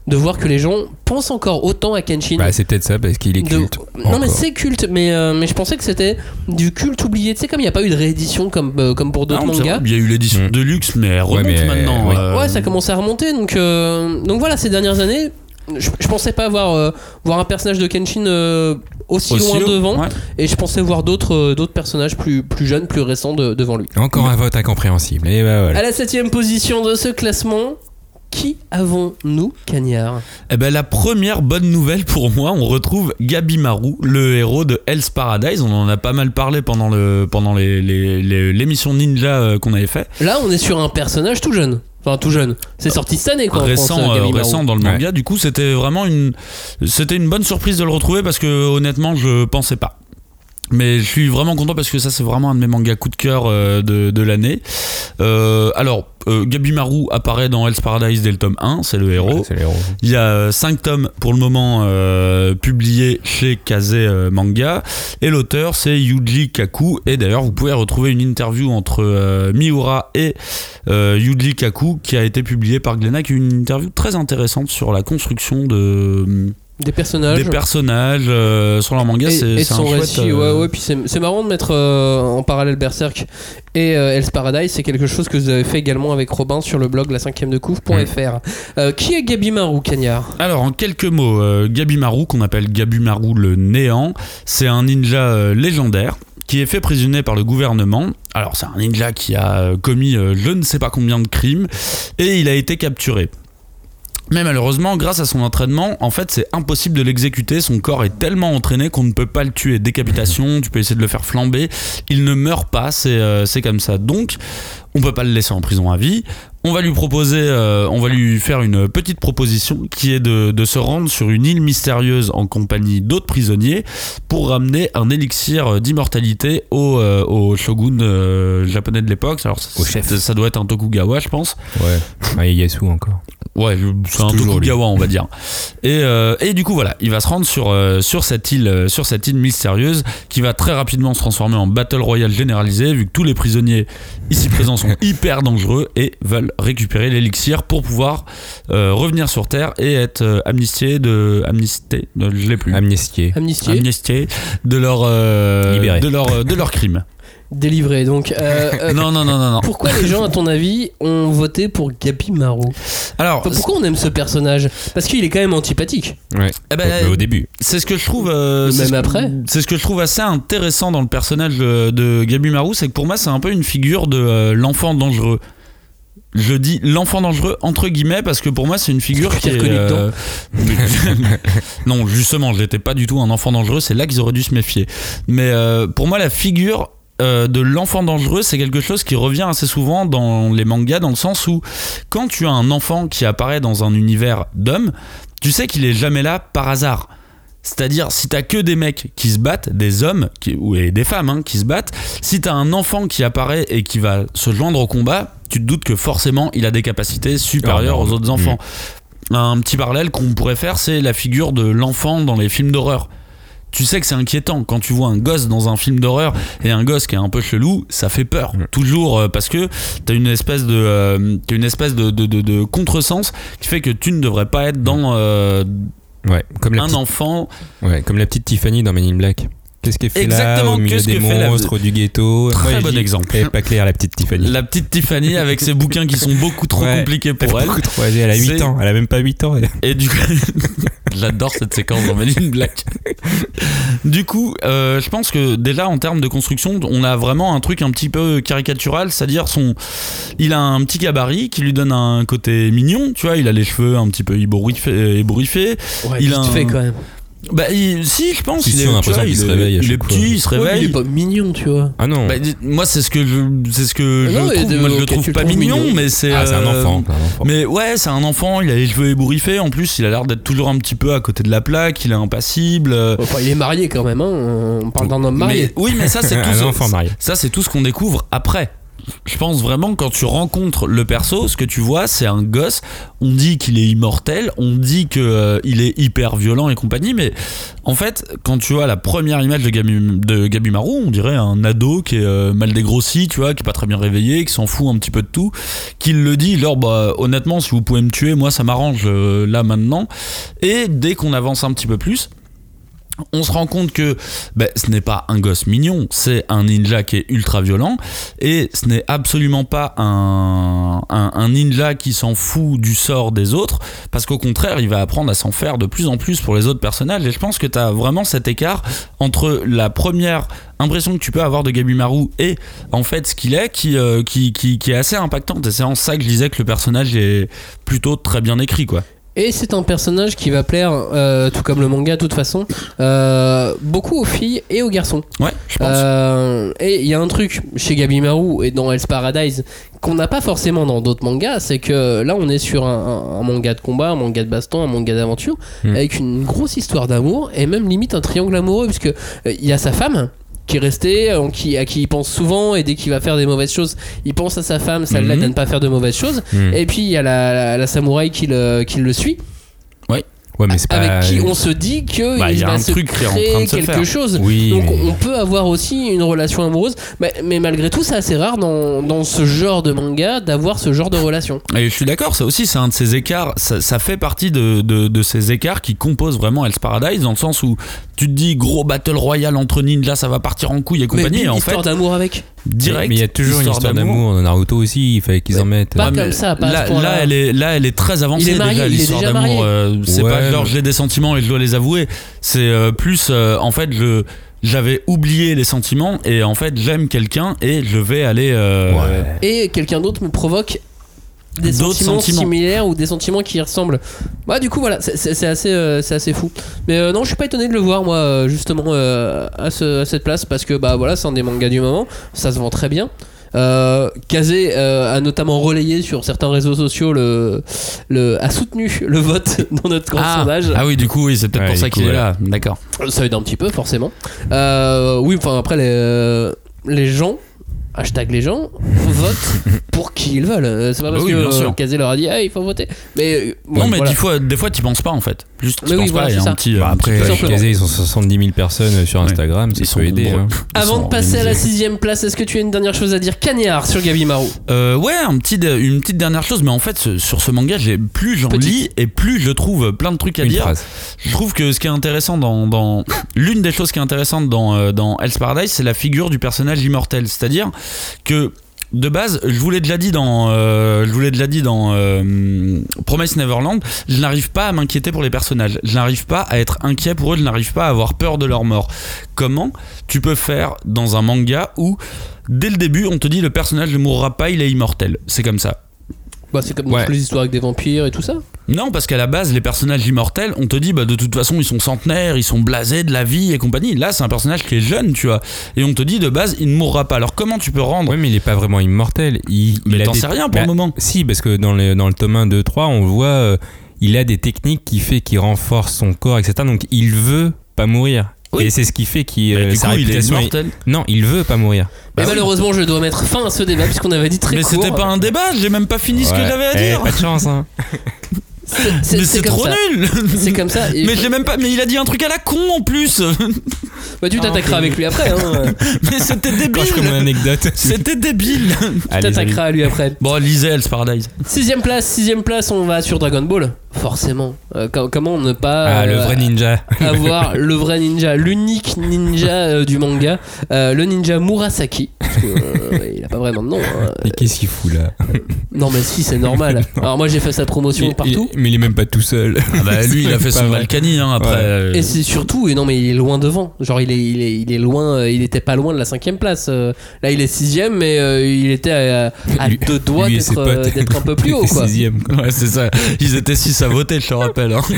de voir que les gens pensent encore autant à Kenshin. Bah, c'est peut-être ça parce qu'il est culte. De... Non, mais c'est culte, mais, euh, mais je pensais que c'était du culte oublié. Tu sais, comme il n'y a pas eu de réédition comme, euh, comme pour d'autres non, mangas. Il y a eu l'édition mmh. de luxe, mais elle remonte ouais, mais maintenant. ouais. Euh... ouais, ça commence à remonter. Donc, euh, donc voilà, ces dernières années, je, je pensais pas voir, euh, voir un personnage de Kenshin euh, aussi, aussi loin haut, devant. Ouais. Et je pensais voir d'autres, euh, d'autres personnages plus, plus jeunes, plus récents de, devant lui. Encore un vote incompréhensible. Et bah, voilà. À la septième position de ce classement, qui avons-nous, Cagnard ? Eh ben, la première bonne nouvelle pour moi, on retrouve Gabimaru, le héros de Hell's Paradise. On en a pas mal parlé pendant, le, pendant les, les, les, l'émission Ninja qu'on avait fait. Là, on est sur un personnage tout jeune. Enfin, tout jeune. C'est sorti cette année, quoi. Récent, France, euh, récent dans le manga. Ouais. Du coup, c'était vraiment une, c'était une bonne surprise de le retrouver parce que honnêtement, je pensais pas. Mais je suis vraiment content parce que ça c'est vraiment un de mes mangas coup de cœur euh, de, de l'année. Euh, alors euh, Gabimaru apparaît dans Hell's Paradise dès le tome un, c'est le héros. Ouais, c'est le héros. Il y a cinq tomes pour le moment euh, publiés chez Kaze euh, Manga et l'auteur c'est Yuji Kaku. Et d'ailleurs vous pouvez retrouver une interview entre euh, Miura et euh, Yuji Kaku qui a été publiée par Glénat, qui est une interview très intéressante sur la construction de... Des personnages. Des personnages euh, sur leur manga, et, c'est, et c'est son un chouette... récit, euh... ouais, ouais, puis c'est, c'est marrant de mettre euh, en parallèle Berserk et euh, Hell's Paradise, c'est quelque chose que vous avez fait également avec Robin sur le blog la cinquième de couvre point f r. Mmh. Euh, qui est Gabimaru, Cagnard ? Alors, en quelques mots, euh, Gabimaru, qu'on appelle Gabimaru le Néant, c'est un ninja euh, légendaire qui est fait prisonnier par le gouvernement. Alors, c'est un ninja qui a euh, commis euh, je ne sais pas combien de crimes et il a été capturé. Mais malheureusement, grâce à son entraînement, en fait, c'est impossible de l'exécuter. Son corps est tellement entraîné qu'on ne peut pas le tuer. Décapitation, tu peux essayer de le faire flamber. Il ne meurt pas, c'est, euh, c'est comme ça. Donc, on peut pas le laisser en prison à vie. On va lui proposer, euh, on va lui faire une petite proposition qui est de, de se rendre sur une île mystérieuse en compagnie d'autres prisonniers pour ramener un élixir d'immortalité au, euh, au shogun euh, japonais de l'époque. Alors, au ça, chef. Ça doit être un Tokugawa, je pense. Ouais, ah, Ieyasu encore. Ouais, c'est, c'est un Tokugawa, on va dire. Et, euh, et du coup, voilà, il va se rendre sur, euh, sur, cette île, euh, sur cette île mystérieuse qui va très rapidement se transformer en battle royale généralisée, vu que tous les prisonniers ici présents sont hyper dangereux et veulent récupérer l'élixir pour pouvoir euh, revenir sur Terre et être euh, amnistiés de... Amnisté, de, je l'ai plus. Amnistié. Amnistié. Amnistié de leur, euh, de leur, de leur crime. Délivré, donc. Euh, euh, non, non, non, non, non. Pourquoi les gens, à ton avis, ont voté pour Gabimaru ? Alors, enfin, pourquoi on aime ce personnage ? Parce qu'il est quand même antipathique. Ouais. Eh ben, mais au début. C'est ce que je trouve. Euh, Même c'est après. Ce, c'est ce que je trouve assez intéressant dans le personnage de, de Gabimaru, c'est que pour moi, c'est un peu une figure de euh, l'enfant dangereux. Je dis l'enfant dangereux entre guillemets parce que pour moi c'est une figure c'est qui est euh... non justement j'étais pas du tout un enfant dangereux, c'est là qu'ils auraient dû se méfier, mais euh, pour moi la figure euh, de l'enfant dangereux c'est quelque chose qui revient assez souvent dans les mangas, dans le sens où quand tu as un enfant qui apparaît dans un univers d'hommes, tu sais qu'il est jamais là par hasard. C'est-à-dire, si t'as que des mecs qui se battent, des hommes qui, ou et des femmes hein, qui se battent, si t'as un enfant qui apparaît et qui va se joindre au combat, tu te doutes que forcément il a des capacités supérieures oh, aux autres enfants. Mmh. Un petit parallèle qu'on pourrait faire, c'est la figure de l'enfant dans les films d'horreur. Tu sais que c'est inquiétant quand tu vois un gosse dans un film d'horreur et un gosse qui est un peu chelou, ça fait peur. Mmh. Toujours euh, parce que t'as une espèce de, euh, t'as une espèce de, de, de, de contresens qui fait que tu ne devrais pas être dans... Euh, Ouais, comme la un petite... enfant. Ouais, comme la petite Tiffany dans Men in Black. Qu'est-ce qu'elle fait exactement, là au milieu des monstres, la... du ghetto. Très ouais, bon dis, exemple. Elle est pas claire, la petite Tiffany. La petite Tiffany avec ses bouquins qui sont beaucoup trop ouais, compliqués pour elle. Beaucoup trop, elle a huit ans, elle a même pas huit ans. Elle. Et du coup, j'adore cette séquence dans Men in Black. Du coup, euh, je pense que déjà en termes de construction, on a vraiment un truc un petit peu caricatural, c'est-à-dire son, il a un petit gabarit qui lui donne un côté mignon, tu vois, il a les cheveux un petit peu ébouriffés. ébouriffés. Ouais, il vite a un... fait quand même. Bah il, si je pense si, il si, est, on a tu vois, qu'il il, se est, réveille il est petit, il se réveille. Ouais, il est pas mignon, tu vois. Ah non. Bah, moi c'est ce que je, c'est ce que non, je trouve. Moi je le trouve pas mignon, mignon, mais c'est. Ah, c'est un enfant, euh, un enfant. Mais ouais, c'est un enfant. Il a les cheveux ébouriffés. En plus, il a l'air d'être toujours un petit peu à côté de la plaque. Il est impassible. Enfin, il est marié quand même. Hein. On parle d'un homme marié. Mais, oui, mais ça c'est tout. Un ce, enfant marié. Ça c'est tout ce qu'on découvre après. je pense vraiment quand tu rencontres le perso, ce que tu vois, c'est un gosse. On dit qu'il est immortel, on dit qu'il euh, est hyper violent et compagnie, mais en fait, quand tu vois la première image de, Gabi, de Gabimaru, on dirait un ado qui est euh, mal dégrossi, tu vois, qui est pas très bien réveillé, qui s'en fout un petit peu de tout, qui le dit, genre, bah, honnêtement, si vous pouvez me tuer, moi ça m'arrange euh, là maintenant. Et dès qu'on avance un petit peu plus, on se rend compte que bah, ce n'est pas un gosse mignon, c'est un ninja qui est ultra violent, et ce n'est absolument pas un, un, un ninja qui s'en fout du sort des autres, parce qu'au contraire il va apprendre à s'en faire de plus en plus pour les autres personnages. Et je pense que tu as vraiment cet écart entre la première impression que tu peux avoir de Gabimaru et en fait ce qu'il est qui, euh, qui, qui, qui est assez impactante. Et c'est en ça que je disais que le personnage est plutôt très bien écrit, quoi. Et c'est un personnage qui va plaire, euh, tout comme le manga de toute façon, euh, beaucoup aux filles et aux garçons. Ouais, je pense. Euh, et il y a un truc chez Gabimaru et dans Hell's Paradise qu'on n'a pas forcément dans d'autres mangas, c'est que là on est sur un, un, un manga de combat, un manga de baston, un manga d'aventure, mmh. avec une grosse histoire d'amour et même limite un triangle amoureux, puisque il euh, y a sa femme qui est resté, qui, à qui il pense souvent, et dès qu'il va faire des mauvaises choses, il pense à sa femme, ça mm-hmm. l'aide à ne pas faire de mauvaises choses. Mm. Et puis il y a la, la, la samouraï qui le, qui le suit. Ouais. Ouais, mais c'est pas... Avec qui on se dit qu'il bah, va un se truc créer quelque faire. chose. Oui, donc mais... on peut avoir aussi une relation amoureuse, mais, mais malgré tout c'est assez rare dans, dans ce genre de manga d'avoir ce genre de relation. Et je suis d'accord, ça aussi c'est un de ces écarts, ça, ça fait partie de, de, de ces écarts qui composent vraiment Hell's Paradise, dans le sens où tu te dis gros battle royal entre ninjas, ça va partir en couille et compagnie. Mais et en histoire fait, d'amour avec direct. Mais il y a toujours une histoire d'amour. d'amour dans Naruto aussi, il fallait qu'ils mais en mettent. Pas euh... comme ça, pas là, à ce là, elle est, là elle est très avancée. Il est marié, déjà, il est l'histoire déjà d'amour. Euh, c'est ouais, pas genre mais... j'ai des sentiments et je dois les avouer. C'est euh, plus euh, en fait je j'avais oublié les sentiments et en fait j'aime quelqu'un et je vais aller euh, ouais. et quelqu'un d'autre me provoque des sentiments, sentiments similaires ou des sentiments qui ressemblent. Bah du coup voilà, c'est, c'est, c'est assez euh, c'est assez fou. Mais euh, non, je suis pas étonné de le voir moi justement euh, à, ce, à cette place, parce que bah voilà, c'est un des mangas du moment, ça se vend très bien. Euh, Kazé euh, a notamment relayé sur certains réseaux sociaux le, le a soutenu le vote dans notre grand ah, sondage. Ah oui, du coup oui, c'est peut-être ouais, pour ça coup, qu'il ouais. est là. D'accord. Ça aide un petit peu forcément. Euh, oui, enfin après les les gens hashtag les gens votent pour qui ils veulent. C'est pas parce oui, que euh, Kazé leur a dit ah, il faut voter. Mais bon, non, mais voilà. des fois, des fois, t'y penses pas en fait. Juste, mais tu oui, penses voilà, pas. Il y a un petit. Bah, après, Kazé, ils sont soixante-dix mille personnes sur Instagram, ouais, ça peut aider. Hein. Avant de passer à la sixième place, est-ce que tu as une dernière chose à dire, Cagnard, sur Gabimaru? euh, Ouais, un petit, une petite dernière chose, mais en fait, ce, sur ce manga, j'ai plus j'en Petite. lis et plus je trouve plein de trucs à une dire. Phrase. Je trouve que ce qui est intéressant dans, dans l'une des choses qui est intéressante dans euh, dans Hell's Paradise, c'est la figure du personnage immortel, c'est-à-dire que de base, je vous l'ai déjà dit dans, euh, je vous l'ai déjà dit dans euh, Promise Neverland, je n'arrive pas à m'inquiéter pour les personnages, je n'arrive pas à être inquiet pour eux, je n'arrive pas à avoir peur de leur mort. Comment tu peux faire dans un manga où dès le début on te dit le personnage ne mourra pas, il est immortel, c'est comme ça. Bah c'est comme dans ouais. toutes les histoires avec des vampires et tout ça. Non, parce qu'à la base, les personnages immortels, on te dit, bah, de toute façon, ils sont centenaires, ils sont blasés de la vie et compagnie. Là, c'est un personnage qui est jeune, tu vois. Et on te dit, de base, il ne mourra pas. Alors, comment tu peux rendre... Oui, mais il n'est pas vraiment immortel. Il, mais il t'en des... sais rien pour bah, le moment. Si, parce que dans, les, dans le tome un, deux, trois, on voit, euh, il a des techniques qui fait qu'il renforce son corps, et cetera. Donc, il veut pas mourir. Oui. Et c'est ce qui fait qu'il euh, sa coup, réputation. Il est immortel. Non, il veut pas mourir. Bah mais oui. Malheureusement, je dois mettre fin à ce débat puisqu'on avait dit très mais court. Mais c'était pas un débat, j'ai même pas fini ouais. ce que j'avais à eh, dire. Pas de chance, hein. C'est, c'est, mais c'est, c'est trop ça. nul. C'est comme ça. Et mais j'ai même pas. Mais il a dit un truc à la con en plus. Bah tu t'attaqueras ah, avec lui après. Hein. Mais c'était débile. Quand je connais une anecdote. C'était débile. Tu t'attaqueras à lui après. Bon, lisez Hell's Paradise. Sixième place, sixième place, on va sur Dragon Ball. Forcément. Euh, comment ne pas ah, euh, le vrai ninja. avoir le vrai ninja, l'unique ninja euh, du manga, euh, le ninja Murasaki. Parce que, euh, il a pas vraiment de nom. Hein. Mais qu'est-ce qu'il fout là? Non mais si, c'est normal. Alors moi j'ai fait sa promotion mais, partout. Il, mais il est même pas tout seul. Ah bah lui il a fait son Valkani hein, après. Ouais. Et c'est surtout, et non mais il est loin devant. Genre il est, il est, il est loin, il était pas loin de la cinquième place. Là il est sixième, mais euh, il était à, à lui, deux doigts d'être, euh, d'être un peu plus haut quoi. Sixième. Ouais c'est ça. Ils étaient six à voter, je te rappelle. Hein.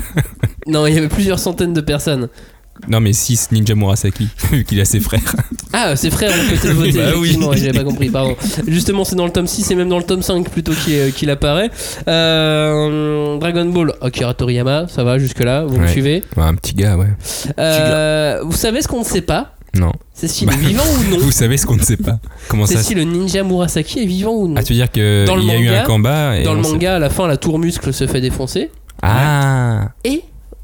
Non il y avait plusieurs centaines de personnes. Non mais six Ninja Murasaki, vu qu'il a ses frères. Ah, ses frères ont peut-être voté, bah effectivement, oui. j'avais pas compris, pardon. Justement, c'est dans le tome six et même dans le tome cinq plutôt qu'il, qu'il apparaît. Euh, Dragon Ball, Akira Toriyama, ça va jusque-là, vous ouais. me suivez? Ouais, un petit gars, ouais. Euh, vous savez ce qu'on ne sait pas? Non. C'est s'il est vivant ou non. Vous savez ce qu'on ne sait pas. Comment C'est ça si le ninja Murasaki est vivant ou non. Ah, tu veux dire qu'il y a eu un combat et Dans le on sait- manga, à la fin, la tour muscle se fait défoncer. Ah. Et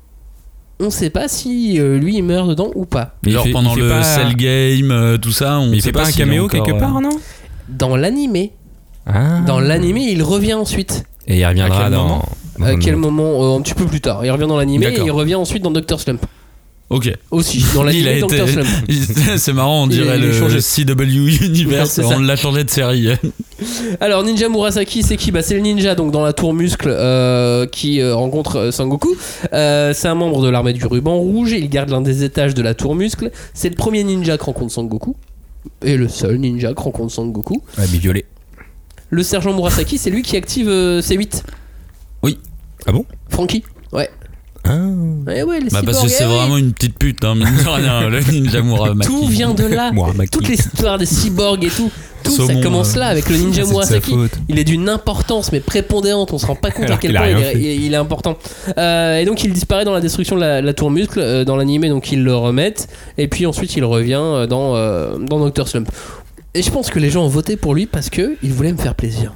on sait pas si euh, lui il meurt dedans ou pas. Mais il Genre fait- pendant il fait le pas- Cell Game, euh, tout ça, on Mais il sait fait pas un s'il est caméo encore, quelque euh, part, non Dans l'animé, Ah. dans l'animé, il revient ensuite. Et il reviendra À quel dans. moment dans À un quel autre. moment euh, Un petit peu plus tard. Il revient dans l'animé et D'accord. il revient ensuite dans Doctor Slump. Ok. Aussi, dans Il a l'animé Doctor été- Slump. C'est marrant, on Il dirait est- il est le changé. C W Universe, C'est ça. on l'a changé de série. Alors Ninja Murasaki, c'est qui bah, c'est le ninja donc dans la tour muscle euh, qui euh, rencontre euh, Sangoku. Euh, c'est un membre de l'armée du ruban rouge. Il garde l'un des étages de la tour muscle. C'est le premier ninja que rencontre Sangoku et le seul ninja que rencontre Sangoku. Habit violet. Le sergent Murasaki, c'est lui qui active euh, C huit. Oui. Ah bon Frankie. Ouais. Ah. Ouais, ouais, les Bah parce cyborgs, que c'est eh oui. vraiment une petite pute, hein, mine de rien, le Ninja Muramaki. Tout vient de là. Muramaki. Toute l'histoire des cyborgs et tout. Tout ça Saumon, commence euh, là avec le ninja C'est de sa Murasaki. faute. Il est d'une importance mais prépondérante. On se rend pas compte Alors à quel qu'il a point il rien est, fait. il est- il est important. Euh, et donc il disparaît dans la destruction de la, la tour muscle euh, dans l'animé. Donc ils le remettent. Et puis ensuite il revient euh, dans euh, dans Doctor Slump. Et je pense que les gens ont voté pour lui parce que il voulait me faire plaisir.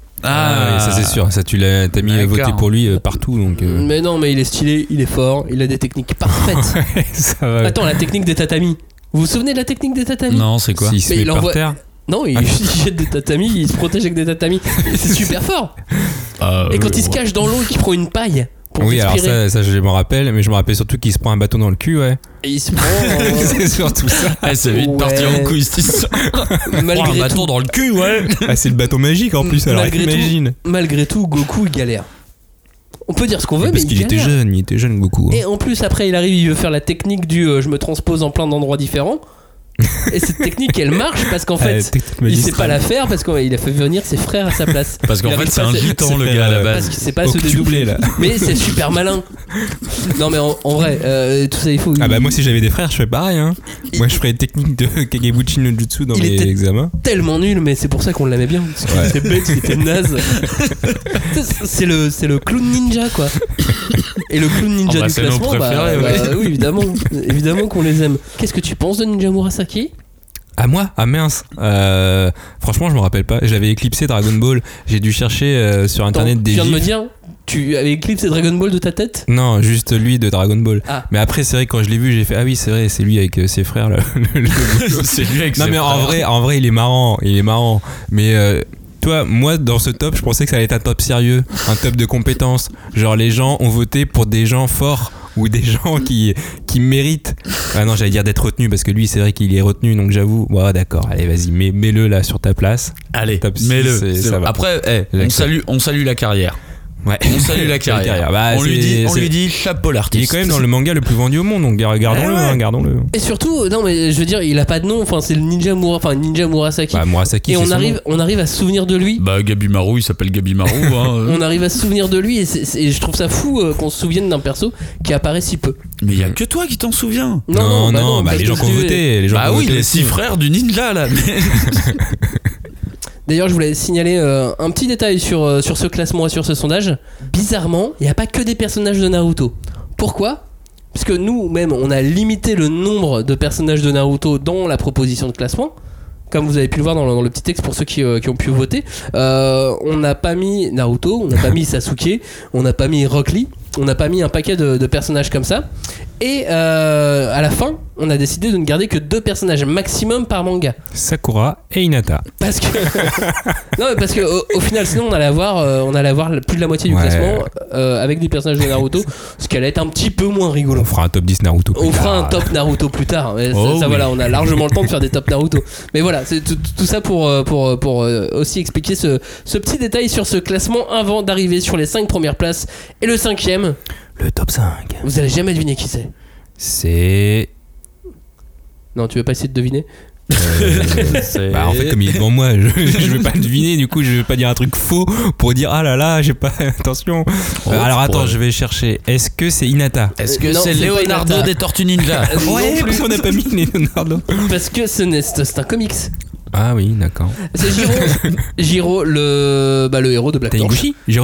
Ah, oui, ça c'est sûr. Ça tu l'as, t'as mis à D'accord. voter pour lui euh, partout donc. euh, Mais non, mais il est stylé, il est fort, il a des techniques parfaites. ça va. Attends, la technique des tatamis. Vous vous souvenez de la technique des tatamis? Non, c'est quoi S'il se Mais met il par envoie- terre. Non, il, il jette des tatamis, il se protège avec des tatamis. Et c'est super fort. Euh, Et quand il se cache dans l'eau et qu'il prend une paille pour Oui, alors respirer, ça, ça je me rappelle, mais je me rappelle surtout qu'il se prend un bâton dans le cul, ouais. et il se prend euh, C'est surtout ça. Eh, c'est vite Ouais. parti en couille cette histoire. Prends un malgré bâton tout, dans le cul, ouais. Ah, c'est le bâton magique en plus, alors Malgré tout, imagine. malgré tout, Goku il galère. On peut dire ce qu'on veut, Parce mais qu'il il était galère. jeune, il était jeune Goku. Et en plus, après, il arrive, il veut faire la technique du euh, je me transpose en plein d'endroits différents. Et cette technique, elle marche parce qu'en fait, Ah, technique il sait magistrale. pas la faire parce qu'il a fait venir ses frères à sa place. Parce qu'en Il fait, arrive c'est pas un à se- gitan, le c'est gars, à la fait, base. Parce qu'il sait pas se Octuplé, dédoubler là. Mais c'est super malin. Non mais en, en vrai, euh, tout ça il faut. Ah bah moi si j'avais des frères je ferais pareil hein. Moi je ferais une technique de Kagebuchi no Jutsu dans Il mes était- examens. Tellement nul, mais c'est pour ça qu'on l'aimait bien. Parce qu'il Ouais. était bête, il était naze. C'est- c'est le c'est le clown ninja quoi. Et le clown ninja Oh bah, du c'est nos classement, bah, préférés, bah, ouais. oui évidemment, évidemment qu'on les aime. Qu'est-ce que tu penses de Ninja Murasaki? Ah moi Ah mince euh, Franchement je me rappelle pas. J'avais éclipsé Dragon Ball. J'ai dû chercher euh, sur internet Attends, des tu viens de me gifs. dire, tu avais éclipsé Dragon Ball de ta tête? Non juste lui de Dragon Ball. Ah. Mais après c'est vrai que quand je l'ai vu j'ai fait ah oui c'est vrai c'est lui avec euh, ses frères là. Le- le- C'est lui avec non ses mais en frères. vrai en vrai il est marrant il est marrant. Mais euh, toi moi dans ce top je pensais que ça allait être un top sérieux, un top de compétences. Genre les gens ont voté pour des gens forts ou des gens qui, qui méritent. Ah non, j'allais dire d'être retenu parce que lui, c'est vrai qu'il est retenu, donc j'avoue. Ouais, d'accord, allez, vas-y, mets, mets-le là sur ta place. Allez, Top six, mets-le. c'est- c'est ça bon. va. Après, eh, on, J'accepte. salue, on salue la carrière. Ouais. On salue la carrière. Bah, on, lui c'est- dit, on c'est- lui dit chapeau Il l'artiste. est quand même dans le manga le plus vendu au monde, donc gardons-le, Eh ouais. hein, gardons-le. Et surtout, non mais je veux dire, il a pas de nom. Enfin, c'est le Ninja Mura, enfin Ninja Murasaki. Bah, Murasaki, et c'est on son arrive, nom. on arrive à se souvenir de lui. Bah, Gabimaru, il s'appelle Gabimaru. hein. On arrive à se souvenir de lui et, c'est- c'est- et je trouve ça fou euh, qu'on se souvienne d'un perso qui apparaît si peu. Mais il y a que toi qui t'en souviens. Non, non, bah, parce les que gens qui ont je- voté. Les gens Bah qui ont oui, voté les aussi. six frères du ninja là. Mais- D'ailleurs, je voulais signaler euh, un petit détail sur, euh, sur ce classement et sur ce sondage. Bizarrement, il n'y a pas que des personnages de Naruto. Pourquoi ? Parce que nous, même, on a limité le nombre de personnages de Naruto dans la proposition de classement. Comme vous avez pu le voir dans le, dans le petit texte pour ceux qui, euh, qui ont pu voter. Euh, on n'a pas mis Naruto, on n'a pas mis Sasuke, on n'a pas mis Rock Lee, on n'a pas mis un paquet de, de personnages comme ça. Et euh, à la fin, on a décidé de ne garder que deux personnages maximum par manga. Sakura et Hinata. Parce que non mais parce que au, au final sinon on allait avoir euh, on allait avoir plus de la moitié du Ouais. classement euh, avec des personnages de Naruto, ce qui allait être un petit peu moins rigolo. On fera un top dix Naruto. plus On fera tard. un top Naruto plus tard. Mais ça, Oh ça, oui. voilà, on a largement le temps de faire des top Naruto. Mais voilà, c'est tout, tout ça pour euh, pour pour euh, aussi expliquer ce, ce petit détail sur ce classement avant d'arriver sur les cinq premières places et le cinquième. Le top cinq. Vous allez jamais deviner qui c'est. C'est. Non, tu veux pas essayer de deviner? C'est- Bah en fait comme il est devant moi je, je vais pas le deviner du coup je vais pas dire un truc faux pour dire ah là là j'ai pas attention. Oh, Euh, alors tu attends pourrais. je vais chercher. Est-ce que c'est Hinata? Est-ce que Non, c'est c'est pas Leonardo Hinata. des Tortues Ninja? Non Ouais plus. parce qu'on a pas mis Leonardo. Parce que ce n'est- c'est un comics. Ah oui, d'accord. C'est Giro, Giro le, bah, le héros de Black Torch. Taniguchi Giro.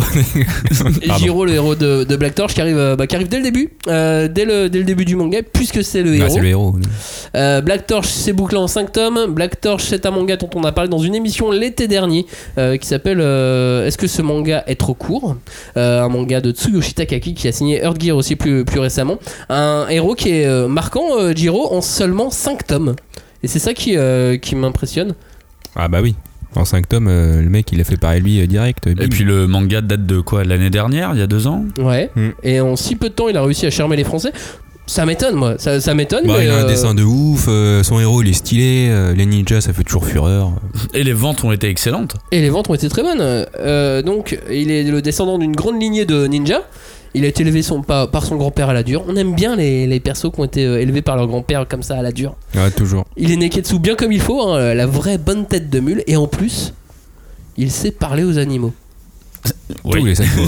Giro, le héros de, de Black Torch, qui arrive, bah, qui arrive dès le début, euh, dès, le, dès le début du manga, puisque c'est le bah, héros. C'est le héros. Euh, Black Torch s'est bouclé en cinq tomes. Black Torch, c'est un manga dont on a parlé dans une émission l'été dernier, euh, qui s'appelle euh, Est-ce que ce manga est trop court euh, Un manga de Tsuyoshi Takaki qui a signé Earth Gear aussi plus, plus récemment. Un héros qui est euh, marquant, euh, Giro, en seulement cinq tomes. Et c'est ça qui, euh, qui m'impressionne. Ah bah oui. En cinq tomes, euh, le mec il a fait pareil lui euh, direct. Et puis le manga date de quoi, l'année dernière, il y a deux ans. Ouais. Mm. Et en si peu de temps, il a réussi à charmer les Français. Ça m'étonne, moi. Ça, ça m'étonne. Bah, mais il a euh... un dessin de ouf. Euh, son héros il est stylé. Euh, les ninjas ça fait toujours fureur. Et les ventes ont été excellentes. Et les ventes ont été très bonnes. Euh, donc, il est le descendant d'une grande lignée de ninjas. Il a été élevé son, par, par son grand-père à la dure. On aime bien les, les persos qui ont été euh, élevés par leur grand-père comme ça à la dure. Ouais, toujours. Il est Neketsu bien comme il faut, hein, la vraie bonne tête de mule. Et en plus, il sait parler aux animaux. Oui. Tous les animaux.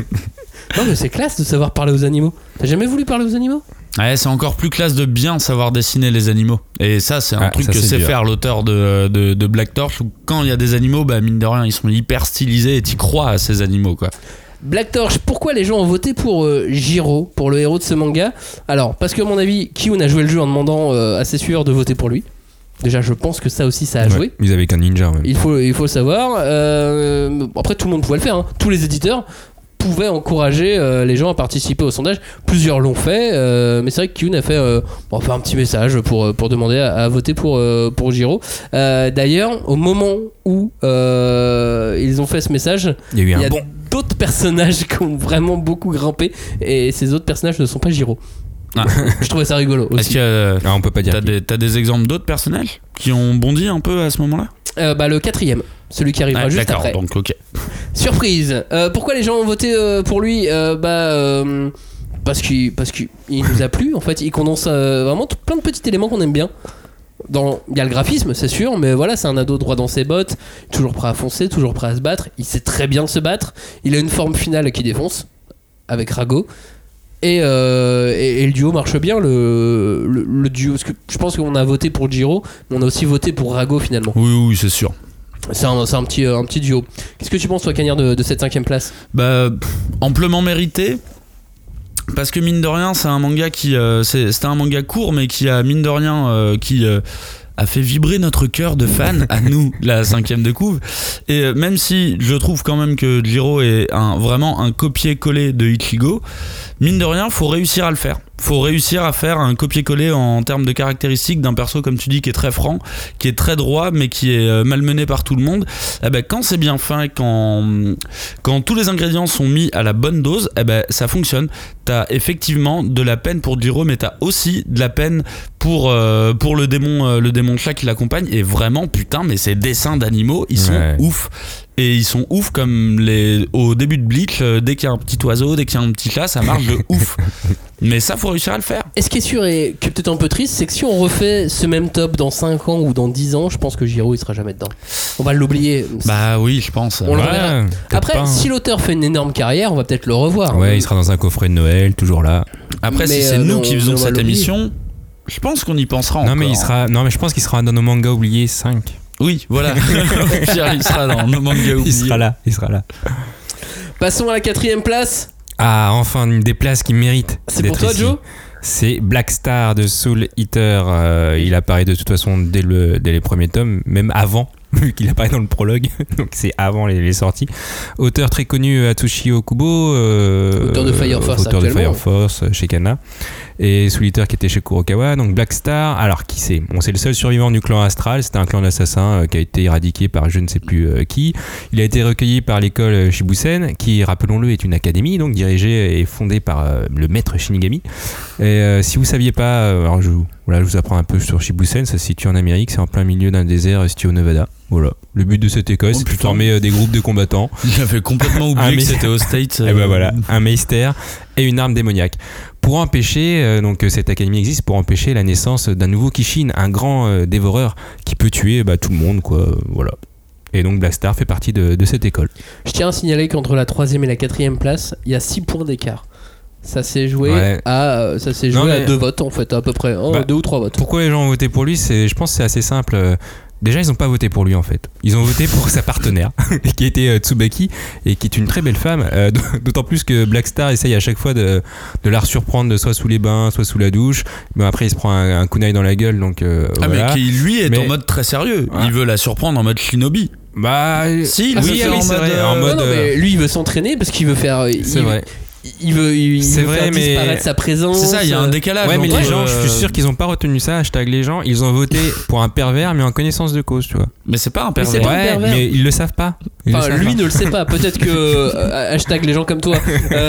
Non mais c'est classe de savoir parler aux animaux. T'as jamais voulu parler aux animaux ? Ouais, c'est encore plus classe de bien savoir dessiner les animaux. Et ça, c'est un ah, truc ça, que sait dur. faire l'auteur de, de, de Black Torch, où quand il y a des animaux, bah, mine de rien, ils sont hyper stylisés et t'y crois à ces animaux, quoi. Black Torch, pourquoi les gens ont voté pour euh, Giro, pour le héros de ce manga ? Alors, parce que à mon avis, Kiyun a joué le jeu en demandant euh, à ses suiveurs de voter pour lui. Déjà, je pense que ça aussi, ça a ouais, joué. Ils avaient qu'un ninja, même. Il faut, il faut le savoir. Euh, après, tout le monde pouvait le faire. Hein. Tous les éditeurs pouvaient encourager euh, les gens à participer au sondage. Plusieurs l'ont fait, euh, mais c'est vrai que Kiyun a fait, euh, bon, fait un petit message pour, pour demander à, à voter pour, euh, pour Giro. Euh, d'ailleurs, au moment où euh, ils ont fait ce message, il y a eu un il y a bon... d'autres personnages qui ont vraiment beaucoup grimpé, et ces autres personnages ne sont pas Giro. Ah. Je trouvais ça rigolo aussi. Est-ce que euh, ah, on peut pas dire t'as des, t'as des exemples d'autres personnages qui ont bondi un peu à ce moment-là ? euh, bah, le quatrième, celui qui arrivera ah, juste d'accord, après. Donc, ok. Surprise. Euh, pourquoi les gens ont voté euh, pour lui euh, Bah euh, parce qu'il parce qu'il nous a plu. En fait, il condense euh, vraiment tout, plein de petits éléments qu'on aime bien. Dans, il y a le graphisme, c'est sûr, mais voilà, c'est un ado droit dans ses bottes, toujours prêt à foncer, toujours prêt à se battre. Il sait très bien se battre. Il a une forme finale qui défonce avec Rago. Et, euh, et, et le duo marche bien, le, le, le duo. Parce que je pense qu'on a voté pour Giro, mais on a aussi voté pour Rago finalement. Oui, oui, c'est sûr. C'est un, c'est un, petit, un petit duo. Qu'est-ce que tu penses, toi, Cagnard, de, de cette cinquième place ? Bah, amplement mérité. Parce que mine de rien, c'est un manga qui. Euh, c'est, c'était un manga court, mais qui a, mine de rien, euh, qui. Euh, a fait vibrer notre cœur de fan à nous, la cinquième de couve. Et même si je trouve quand même que Giro est un, vraiment un copier-coller de Ichigo, mine de rien, faut réussir à le faire. Faut réussir à faire un copier-coller en termes de caractéristiques d'un perso, comme tu dis, qui est très franc, qui est très droit, mais qui est malmené par tout le monde. Eh ben, quand c'est bien fait, quand, quand tous les ingrédients sont mis à la bonne dose, eh ben, ça fonctionne. T'as effectivement de la peine pour Giro, mais t'as aussi de la peine pour, euh, pour le démon, euh, le démon chat qui l'accompagne. Et vraiment, putain, mais ces dessins d'animaux, ils sont ouais. ouf. Et ils sont ouf comme les, au début de Bleach, euh, dès qu'il y a un petit oiseau, dès qu'il y a un petit chat, ça marche de ouf. Mais ça, faut réussir à le faire. Et ce qui est sûr et qui est peut-être un peu triste, c'est que si on refait ce même top dans cinq ans ou dans dix ans, je pense que Giro il sera jamais dedans. On va l'oublier. Bah oui, je pense. On ouais, le reverra. Après, pas, si l'auteur fait une énorme carrière, on va peut-être le revoir. Ouais, hein. Il sera dans un coffret de Noël, toujours là. Après, mais si c'est euh, nous non, qui faisons cette émission, je pense qu'on y pensera non, encore. Mais il sera, non, mais je pense qu'il sera dans nos mangas oubliés cinq. Oui, voilà. Il sera dans nos mangas oubliés. Il sera là, il sera là. Passons à la quatrième place. Ah, enfin, une des places qui mérite. C'est pour toi, ici. Joe ? C'est Black Star de Soul Eater. Euh, il apparaît de toute façon dès, le, dès les premiers tomes, même avant, vu qu'il apparaît dans le prologue. Donc c'est avant les, les sorties. Auteur très connu, Atsushi Okubo. Euh, auteur de Fire Force Auteur de actuellement. Fire Force chez Kana. Et Soul Eater qui était chez Kurokawa. Donc Black Star, alors qui c'est bon, c'est le seul survivant du clan Astral. C'était un clan d'assassins euh, qui a été éradiqué par je ne sais plus euh, qui. Il a été recueilli par l'école Shibusen, qui, rappelons-le, est une académie, donc dirigée et fondée par euh, le maître Shinigami. Et euh, si vous saviez pas, euh, alors je, voilà, je vous apprends un peu sur Shibusen. Ça se situe en Amérique, c'est en plein milieu d'un désert situé au Nevada. Voilà. Le but de cette école, oh, c'est de former euh, des groupes de combattants. J'avais complètement oublié que c'était aux States. Euh... Et ben voilà, un Meister et une arme démoniaque. Pour empêcher, euh, donc cette académie existe pour empêcher la naissance d'un nouveau Kishin, un grand euh, dévoreur qui peut tuer bah, tout le monde, quoi. Euh, voilà. Et donc Black Star fait partie de, de cette école. Je tiens à signaler qu'entre la troisième et la quatrième place, il y a six points d'écart. Ça s'est joué ouais. à ça s'est joué non, à deux votes en fait, à peu près, oh, bah, deux ou trois votes. Pourquoi les gens ont voté pour lui ? C'est, je pense que c'est assez simple. Déjà, ils n'ont pas voté pour lui en fait. Ils ont voté pour sa partenaire, qui était euh, Tsubaki, et qui est une très belle femme. Euh, d'autant plus que Black Star essaye à chaque fois de, de la surprendre, soit sous les bains, soit sous la douche. Mais après, il se prend un, un kunai dans la gueule. Donc, euh, ah, voilà. mais qui lui est mais... en mode très sérieux. Ouais. Il veut la surprendre en mode shinobi. Bah, si, il ah, veut oui, faire oui, en c'est mode. vrai, Euh... en mode non, non, mais lui, il veut s'entraîner parce qu'il veut faire. C'est il... vrai. Il veut, il c'est veut vrai, faire mais disparaître sa présence. C'est ça, il y a un décalage. Ouais, mais les euh... gens, je suis sûr qu'ils n'ont pas retenu ça. Hashtag les gens, ils ont voté pour un pervers, mais en connaissance de cause, tu vois. Mais c'est pas un pervers. Mais, c'est pas ouais, un pervers. mais ils le savent pas. Ils enfin, le savent lui pas. ne le sait pas. Peut-être que euh, hashtag les gens comme toi.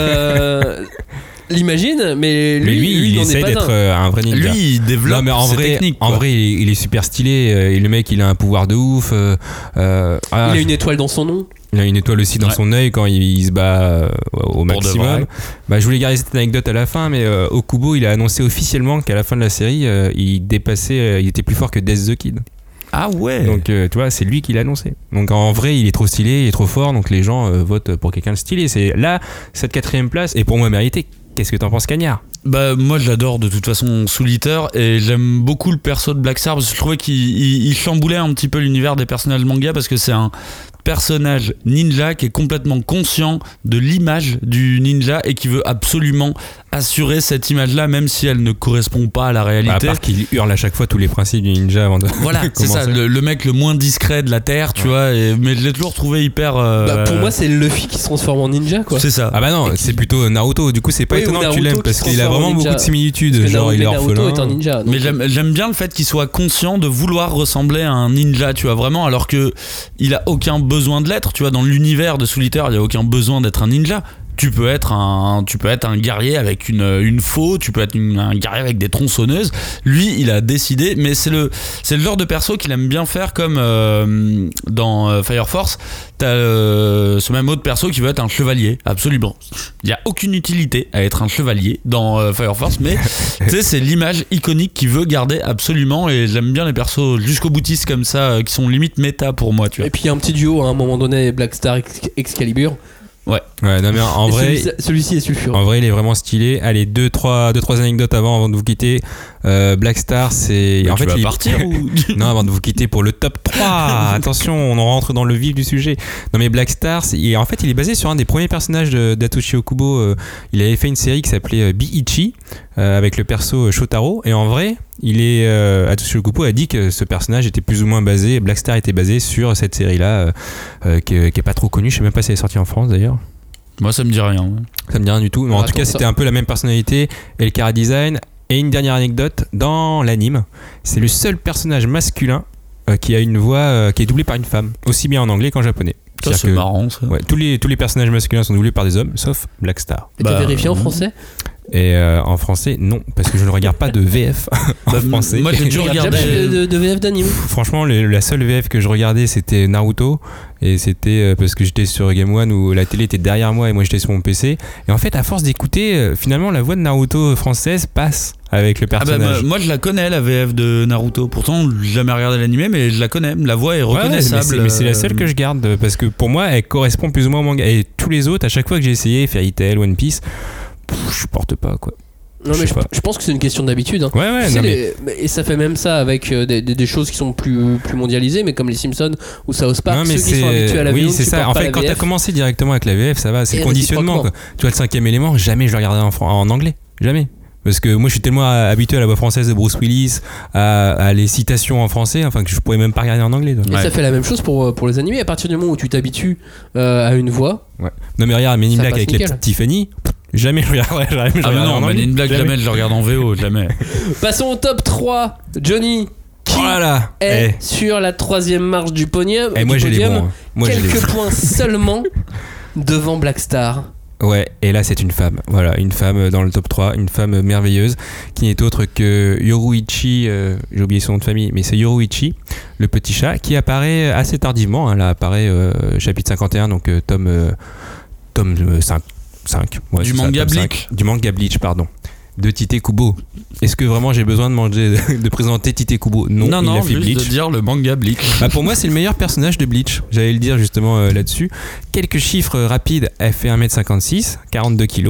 Euh, l'imagine, mais lui, mais lui, lui il n'en essaie est pas d'être un. un vrai ninja. Lui, il développe non, mais en ses vrai, techniques. En quoi. vrai, il est, il est super stylé. euh, Et le mec, il a un pouvoir de ouf. Euh, euh, ah, Il a une étoile dans son nom. Il a une étoile aussi dans ouais. son œil quand il, il se bat euh, au maximum. Bah, je voulais garder cette anecdote à la fin, mais euh, Okubo, il a annoncé officiellement qu'à la fin de la série, euh, il dépassait, euh, il était plus fort que Death the Kid. Ah ouais. Donc euh, tu vois, c'est lui qui l'a annoncé. Donc en vrai, il est trop stylé, il est trop fort, donc les gens euh, votent pour quelqu'un de stylé. C'est là, cette quatrième place est pour moi méritée. Qu'est-ce que t'en penses, Cagnard ? Bah moi je l'adore de toute façon sous Litter et j'aime beaucoup le perso de Black Star parce que je trouvais qu'il il, il chamboulait un petit peu l'univers des personnages manga parce que c'est un personnage ninja qui est complètement conscient de l'image du ninja et qui veut absolument assurer cette image-là même si elle ne correspond pas à la réalité. Bah, à part qu'il hurle à chaque fois tous les principes du ninja avant de voilà, c'est ça, le, le mec le moins discret de la Terre, tu ouais. vois, et, mais je l'ai toujours trouvé hyper... Euh, bah, pour moi c'est Luffy qui se transforme en ninja quoi. C'est ça. Ah bah non, qui... c'est plutôt Naruto, du coup c'est pas oui, étonnant que tu l'aimes parce qu'il a vraiment beaucoup de similitudes, genre il est orphelin. Est un ninja, mais j'aime, j'aime bien le fait qu'il soit conscient de vouloir ressembler à un ninja, tu vois, vraiment, alors que il a aucun besoin de l'être, tu vois, dans l'univers de Soul Eater, il y a aucun besoin d'être un ninja. Tu peux être un, tu peux être un guerrier avec une, une faux, tu peux être une, un guerrier avec des tronçonneuses. Lui, il a décidé, mais c'est le, c'est le genre de perso qu'il aime bien faire comme euh, dans euh, Fire Force. T'as euh, ce même autre perso qui veut être un chevalier, absolument. Il n'y a aucune utilité à être un chevalier dans euh, Fire Force, mais tu sais, c'est l'image iconique qu'il veut garder absolument. Et j'aime bien les persos jusqu'au boutiste comme ça, euh, qui sont limite méta pour moi, tu vois. Et puis il y a un petit duo à un moment donné, Black Star Excalibur. Ouais. Ouais, non mais en et vrai, celui-ci, celui-ci est sulfureux. En vrai, il est vraiment stylé. Allez, deux trois deux trois anecdotes avant avant de vous quitter. Euh, Black Star, c'est mais en tu fait vas il partir ou non, avant de vous quitter pour le top trois. Attention, on en rentre dans le vif du sujet. Non mais Black Star, c'est... Et en fait, il est basé sur un des premiers personnages de d'Atoshi Okubo. Euh, il avait fait une série qui s'appelait euh, Biichi euh, avec le perso Shotaro et en vrai, il est euh, Atoshi Okubo a dit que ce personnage était plus ou moins basé, Black Star était basé sur cette série-là euh, euh, qui, est, qui est pas trop connue. Je sais même pas si elle est sortie en France d'ailleurs. Moi ça me dit rien. Ça me dit rien du tout. Mais en tout cas, c'était un peu la même personnalité et le chara design. Et une dernière anecdote, dans l'anime, c'est le seul personnage masculin euh, qui a une voix euh, qui est doublée par une femme, aussi bien en anglais qu'en japonais. Ça, c'est que, marrant ça. Ouais, tous les tous les personnages masculins sont doublés par des hommes, sauf Black Star. Et t'as bah, vérifié en français ? Et euh, en français, non, parce que je ne regarde pas de V F en bah, français. Moi, j'ai toujours regardé de, de, de V F d'anime. Franchement, le, la seule V F que je regardais, c'était Naruto. Et c'était euh, parce que j'étais sur Game One où la télé était derrière moi et moi j'étais sur mon P C. Et en fait, à force d'écouter, euh, finalement, la voix de Naruto française passe avec le personnage. Ah bah, moi, je la connais, la V F de Naruto. Pourtant, j'ai jamais regardé l'animé, mais je la connais. La voix est reconnaissable. Ouais, mais, c'est, mais c'est la seule que je garde parce que pour moi, elle correspond plus ou moins au manga. Et tous les autres, à chaque fois que j'ai essayé, Fairy Tail, One Piece, pff, je supporte pas quoi. Non mais je, je pense que c'est une question d'habitude. Hein. Ouais, ouais, non, les, mais... Et ça fait même ça avec euh, des, des, des choses qui sont plus, plus mondialisées, mais comme les Simpsons ou South Park, non, mais ceux qui sont habitués à la oui, V O, c'est ça. En fait, quand t'as commencé directement avec la V F, ça va, c'est et le conditionnement. Quoi. Tu vois, le cinquième élément, jamais je le regardais en, en anglais. Jamais. Parce que moi je suis tellement habitué à la voix française de Bruce Willis, à, à les citations en français, enfin que je pourrais même pas regarder en anglais. Et ouais. Ça fait la même chose pour, pour les animés. À partir du moment où tu t'habitues euh, à une voix. Ouais. Non mais regarde, Men in Black avec nickel. La petite Tiffany. Jamais je regarderai, jamais je ah regarderai non, en anglais. Men in Black, jamais. jamais je le regarde en V O, jamais. Passons au top trois. Johnny, qui oh là là. est eh. sur la troisième marche du podium. Et moi, du j'ai podium, les bons. Moi, quelques j'ai les points seulement devant Black Star. Ouais, et là c'est une femme, voilà, une femme dans le top trois, une femme merveilleuse qui n'est autre que Yoruichi, euh, j'ai oublié son nom de famille, mais c'est Yoruichi, le petit chat, qui apparaît assez tardivement, hein, là apparaît euh, chapitre cinquante et un, donc euh, tome, euh, tome cinq. cinq ouais, du manga Bleach. Du manga Bleach, pardon. De Tite Kubo. Est-ce que vraiment j'ai besoin de manger, de présenter Tite Kubo ? Non, non, il non, a fait juste Bleach. de dire le manga Bleach. Bah pour moi, c'est le meilleur personnage de Bleach. J'allais le dire justement euh, là-dessus. Quelques chiffres rapides. Elle fait un mètre cinquante-six, quarante-deux kilos.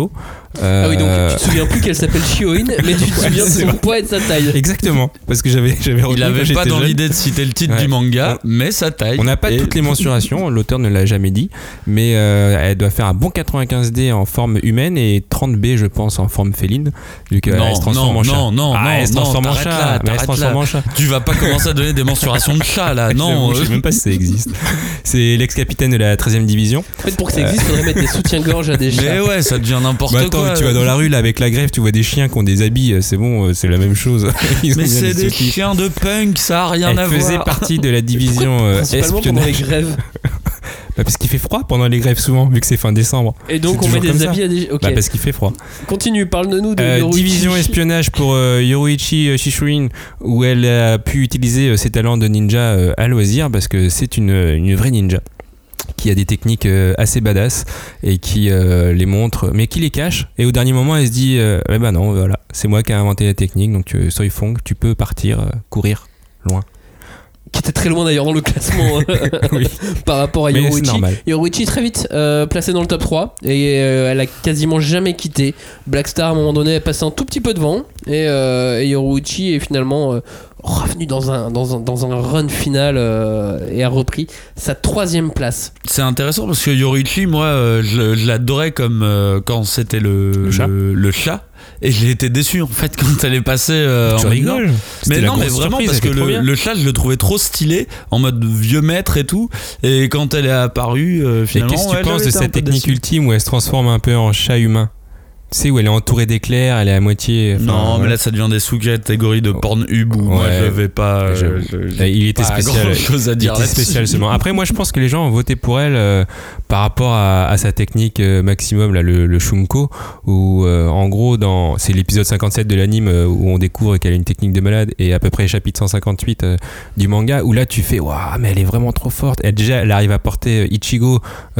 Euh... Ah oui, donc tu te souviens plus qu'elle s'appelle Shioin, mais tu te souviens de son poids et de sa taille. Exactement, parce que j'avais j'avais Il avait pas dans jeune. l'idée de citer le titre ouais. du manga, mais sa taille. On n'a pas et... toutes les mensurations, l'auteur ne l'a jamais dit, mais euh, elle doit faire un bon quatre-vingt-quinze D en forme humaine et trente B je pense en forme féline, vu qu'elle se transforme non, en chat. Non, non, ah, non, elle se transforme non, en chat. Là, elle se transforme en chat. Tu vas pas commencer à donner des mensurations de chat là, non. Je sais même pas si ça existe. C'est l'ex-capitaine de la treizième division. En fait, pour que ça existe, il faudrait mettre des soutiens-gorge à des chats. Mais ouais, ça devient n'importe bah, attends, quoi. Tu vas dans la rue là avec la grève, tu vois des chiens qui ont des habits, c'est bon, c'est la même chose. Mais c'est des soucis. chiens de punk, ça a rien Elle à voir. Elle faisait partie de la division euh, principalement espionnage. Pendant les grèves. Bah parce qu'il fait froid pendant les grèves souvent, vu que c'est fin décembre. Et donc on met des habits à des... Okay. Bah parce qu'il fait froid. Continue, parle-nous de euh, Yoruichi. Division espionnage pour euh, Yoruichi Shishuin, où elle a pu utiliser euh, ses talents de ninja euh, à loisir, parce que c'est une, une vraie ninja qui a des techniques euh, assez badass et qui euh, les montre, mais qui les cache. Et au dernier moment, elle se dit euh, eh ben non, voilà, c'est moi qui ai inventé la technique, donc euh, Soifong, tu peux partir, euh, courir loin. Qui était très loin d'ailleurs dans le classement oui. par rapport à mais Yoruichi. Yoruichi très vite euh, placé dans le top trois et euh, elle a quasiment jamais quitté. Black Star à un moment donné est passé un tout petit peu devant et, euh, et Yoruichi est finalement euh, revenu dans un, dans un, dans un run final euh, et a repris sa troisième place. C'est intéressant parce que Yoruichi, moi euh, je, je l'adorais comme euh, quand c'était le, le, chat. le, le chat. Et j'ai été déçu en fait quand elle est passée euh, tu en rigoles. Mais non, mais vraiment parce que le, le chat je le trouvais trop stylé en mode vieux maître et tout. Et quand elle est apparue euh, finalement. Et qu'est-ce que ouais, tu penses de cette technique déçu. ultime où elle se transforme un peu en chat humain? Tu sais, où elle est entourée d'éclairs, elle est à moitié. Non, ouais. mais là ça devient des sous-catégories de Pornhub où ouais, moi je vais pas. Euh, je, je, il était pas spécial. Chose à dire il était spécial seulement. Après, moi je pense que les gens ont voté pour elle euh, par rapport à, à sa technique euh, maximum, là, le, le Shunko, où euh, en gros, dans, c'est l'épisode cinquante-sept de l'anime euh, où on découvre qu'elle a une technique de malade, et à peu près chapitre cent cinquante-huit euh, du manga, où là tu fais waouh, mais elle est vraiment trop forte. Elle, déjà, elle arrive à porter Ichigo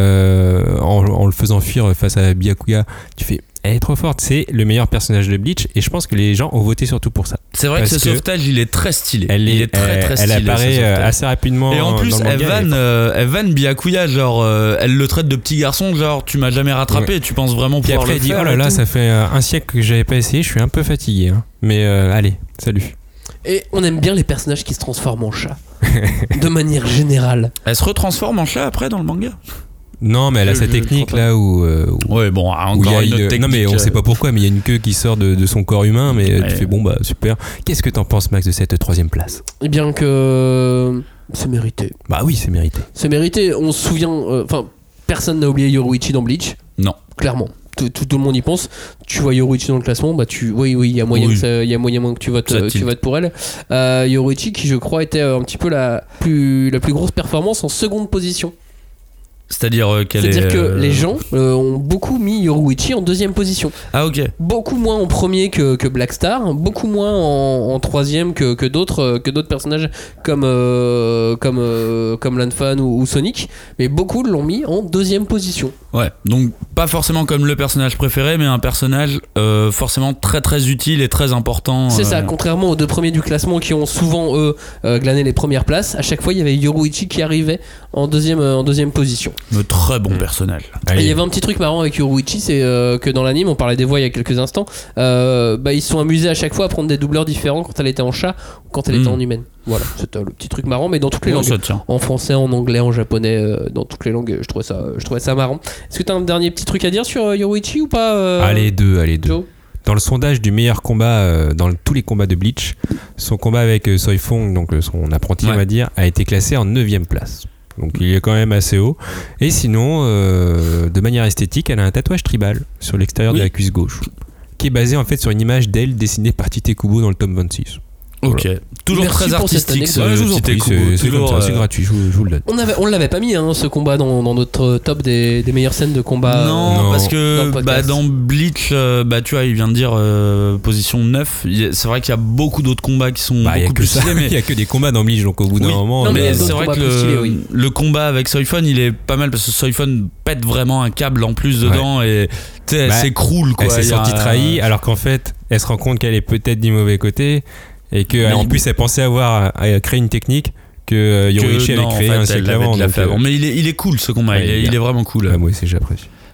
euh, en, en le faisant fuir face à Byakuya. Tu fais. Elle est trop forte, c'est le meilleur personnage de Bleach et je pense que les gens ont voté surtout pour ça. C'est vrai que ce sauvetage il est très stylé. Elle est, il est très très elle stylé. Elle apparaît assez rapidement. Et en plus, dans le manga, elle vanne, euh, elle vanne Byakuya, genre euh, elle le traite de petit garçon, genre tu m'as jamais rattrapé, ouais. Tu penses vraiment pouvoir après, le elle faire. dit oh là là, ça fait un siècle que j'avais pas essayé, je suis un peu fatigué, hein. Mais euh, allez, salut. Et on aime bien les personnages qui se transforment en chat. De manière générale. Elle se retransforme en chat après dans le manga. Non, mais elle a sa technique là où, euh, où. Ouais, bon, encore une autre technique. Non, mais on sait pas pourquoi, mais il y a une queue qui sort de, de son corps humain, mais ouais. Tu fais bon, bah super. Qu'est-ce que t'en penses, Max, de cette troisième place? Eh bien que. C'est mérité. Bah oui, c'est mérité. C'est mérité, on se souvient. Enfin, euh, personne n'a oublié Yoruichi dans Bleach. Non. Clairement. Tout, tout, tout le monde y pense. Tu vois Yoruichi dans le classement, bah tu, oui, oui, il y a moyen, oui. que, il y a moyen que tu votes, euh, tu votes pour elle. Euh, Yoruichi, qui je crois était un petit peu la plus, la plus grosse performance en seconde position. C'est-à-dire euh, qu'elle C'est-à-dire est, que euh... les gens euh, ont beaucoup mis Yoruichi en deuxième position. Ah ok. Beaucoup moins en premier que, que Black Star, beaucoup moins en, en troisième que, que d'autres que d'autres personnages comme euh, comme euh, comme Lanfan ou, ou Sonic, mais beaucoup l'ont mis en deuxième position. Ouais, donc pas forcément comme le personnage préféré, mais un personnage euh, forcément très très utile et très important. C'est euh... ça, contrairement aux deux premiers du classement qui ont souvent eux euh, glané les premières places, à chaque fois il y avait Yoruichi qui arrivait en deuxième euh, en deuxième position. Un très bon personnage. Et il y avait un petit truc marrant avec Yoruichi, c'est euh, que dans l'anime, on parlait des voix il y a quelques instants, euh, bah, ils se sont amusés à chaque fois à prendre des doubleurs différents quand elle était en chat ou quand elle mmh. était en humaine. Voilà, c'était le petit truc marrant, mais dans toutes les oh, langues. En français, en anglais, en japonais, euh, dans toutes les langues, je trouvais ça, je trouvais ça marrant. Est-ce que tu as un dernier petit truc à dire sur euh, Yoruichi ou pas euh, Allez, deux, allez, deux. Joe dans le sondage du meilleur combat euh, dans le, tous les combats de Bleach, son combat avec euh, Soifong, donc euh, son apprenti, ouais. on va dire, a été classé en neuvième place. Donc il est quand même assez haut. Et sinon, euh, de manière esthétique, elle a un tatouage tribal sur l'extérieur oui. de la cuisse gauche, qui est basé en fait sur une image d'elle dessinée par Tite Kubo dans le tome vingt-six. Ok. Voilà. Toujours Merci très artistique ce ouais, Tite Kubo. C'est, c'est, toujours, ça, euh... c'est gratuit, je, je vous le donne. On, avait, on l'avait pas mis hein, ce combat dans, dans notre top des, des meilleures scènes de combat. Non, non. parce que dans, bah, dans Bleach, euh, bah, tu vois, il vient de dire euh, position neuf. C'est vrai qu'il y a beaucoup d'autres combats qui sont bah, beaucoup plus stylés. Mais... il y a que des combats dans Bleach, donc au bout d'un oui. moment. Non, mais euh, c'est vrai que le, stylés, oui. le combat avec Soifong, il est pas mal parce que Soifong pète vraiment un câble en plus dedans ouais. et tu sais, bah, c'est cool quoi. Elle s'est sentie trahie alors qu'en fait, elle se rend compte qu'elle est peut-être du mauvais côté. Et qu'en il... plus elle pensait avoir à créer une technique que Yoruichi avait créée en fait, un siècle avant. Donc, euh... Mais il est, il est cool ce combat, ouais, il, est, il est vraiment cool. Ah, moi aussi j'apprécie.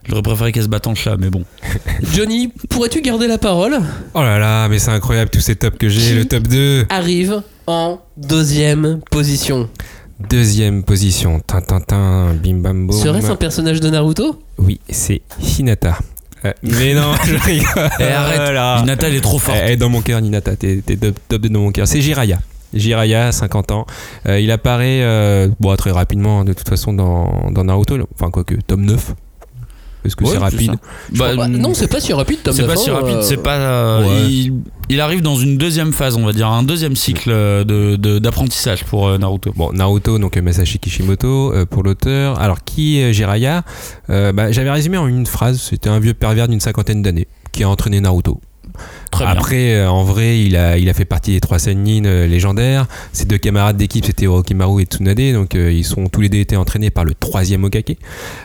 J'aurais préféré qu'elle se batte en chat, mais bon. Johnny, pourrais-tu garder la parole ? Oh là là, mais c'est incroyable tous ces tops que j'ai. Qui Le top deux. Arrive en deuxième position. Deuxième position. Tintintin, bim bam boum. Serait-ce un personnage de Naruto ? Oui, c'est Hinata. Euh, mais non, je rigole. Eh, arrête, Voilà. Hinata, elle est trop forte. Elle est dans mon cœur, Hinata. T'es, t'es top, top deux dans mon cœur. C'est Jiraiya. Jiraiya, cinquante ans. Euh, il apparaît euh, bon, très rapidement, de toute façon, dans, dans Naruto. Enfin, quoique, tome neuf. Est-ce que Ouais, c'est rapide c'est Bah, Bah, non, c'est pas si rapide, Tom. C'est pas si rapide, c'est pas. euh, Ouais. il, il arrive dans une deuxième phase, on va dire, un deuxième cycle euh, de, de, d'apprentissage pour euh, Naruto. Bon, Naruto, donc euh, Masashi Kishimoto, euh, pour l'auteur. Alors, qui est Jiraiya euh, bah, J'avais résumé en une phrase. C'était un vieux pervers d'une cinquantaine d'années qui a entraîné Naruto. Très bien. Après, euh, en vrai, il a, il a fait partie des trois Sennin euh, légendaires. Ses deux camarades d'équipe, c'était Orochimaru et Tsunade. Donc, euh, ils sont tous les deux été entraînés par le troisième Hokage.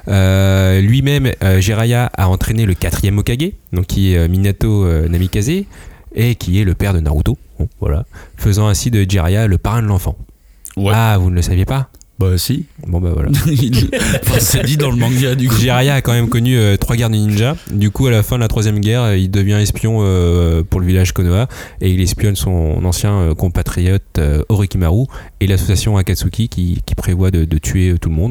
Euh, lui-même, euh, Jiraiya, a entraîné le quatrième Hokage, donc qui est euh, Minato euh, Namikaze, et qui est le père de Naruto. Bon, voilà. Faisant ainsi de Jiraiya le parrain de l'enfant. Ouais. Ah, vous ne le saviez pas ? Bah, si. Bon, bah voilà. Il- enfin, c'est dit dans le manga, du coup. Jiraiya a quand même connu euh, trois guerres de ninja. Du coup, à la fin de la troisième guerre, euh, il devient espion euh, pour le village Konoha et il espionne son ancien euh, compatriote euh, Orochimaru et l'association Akatsuki qui, qui prévoit de, de tuer euh, tout le monde.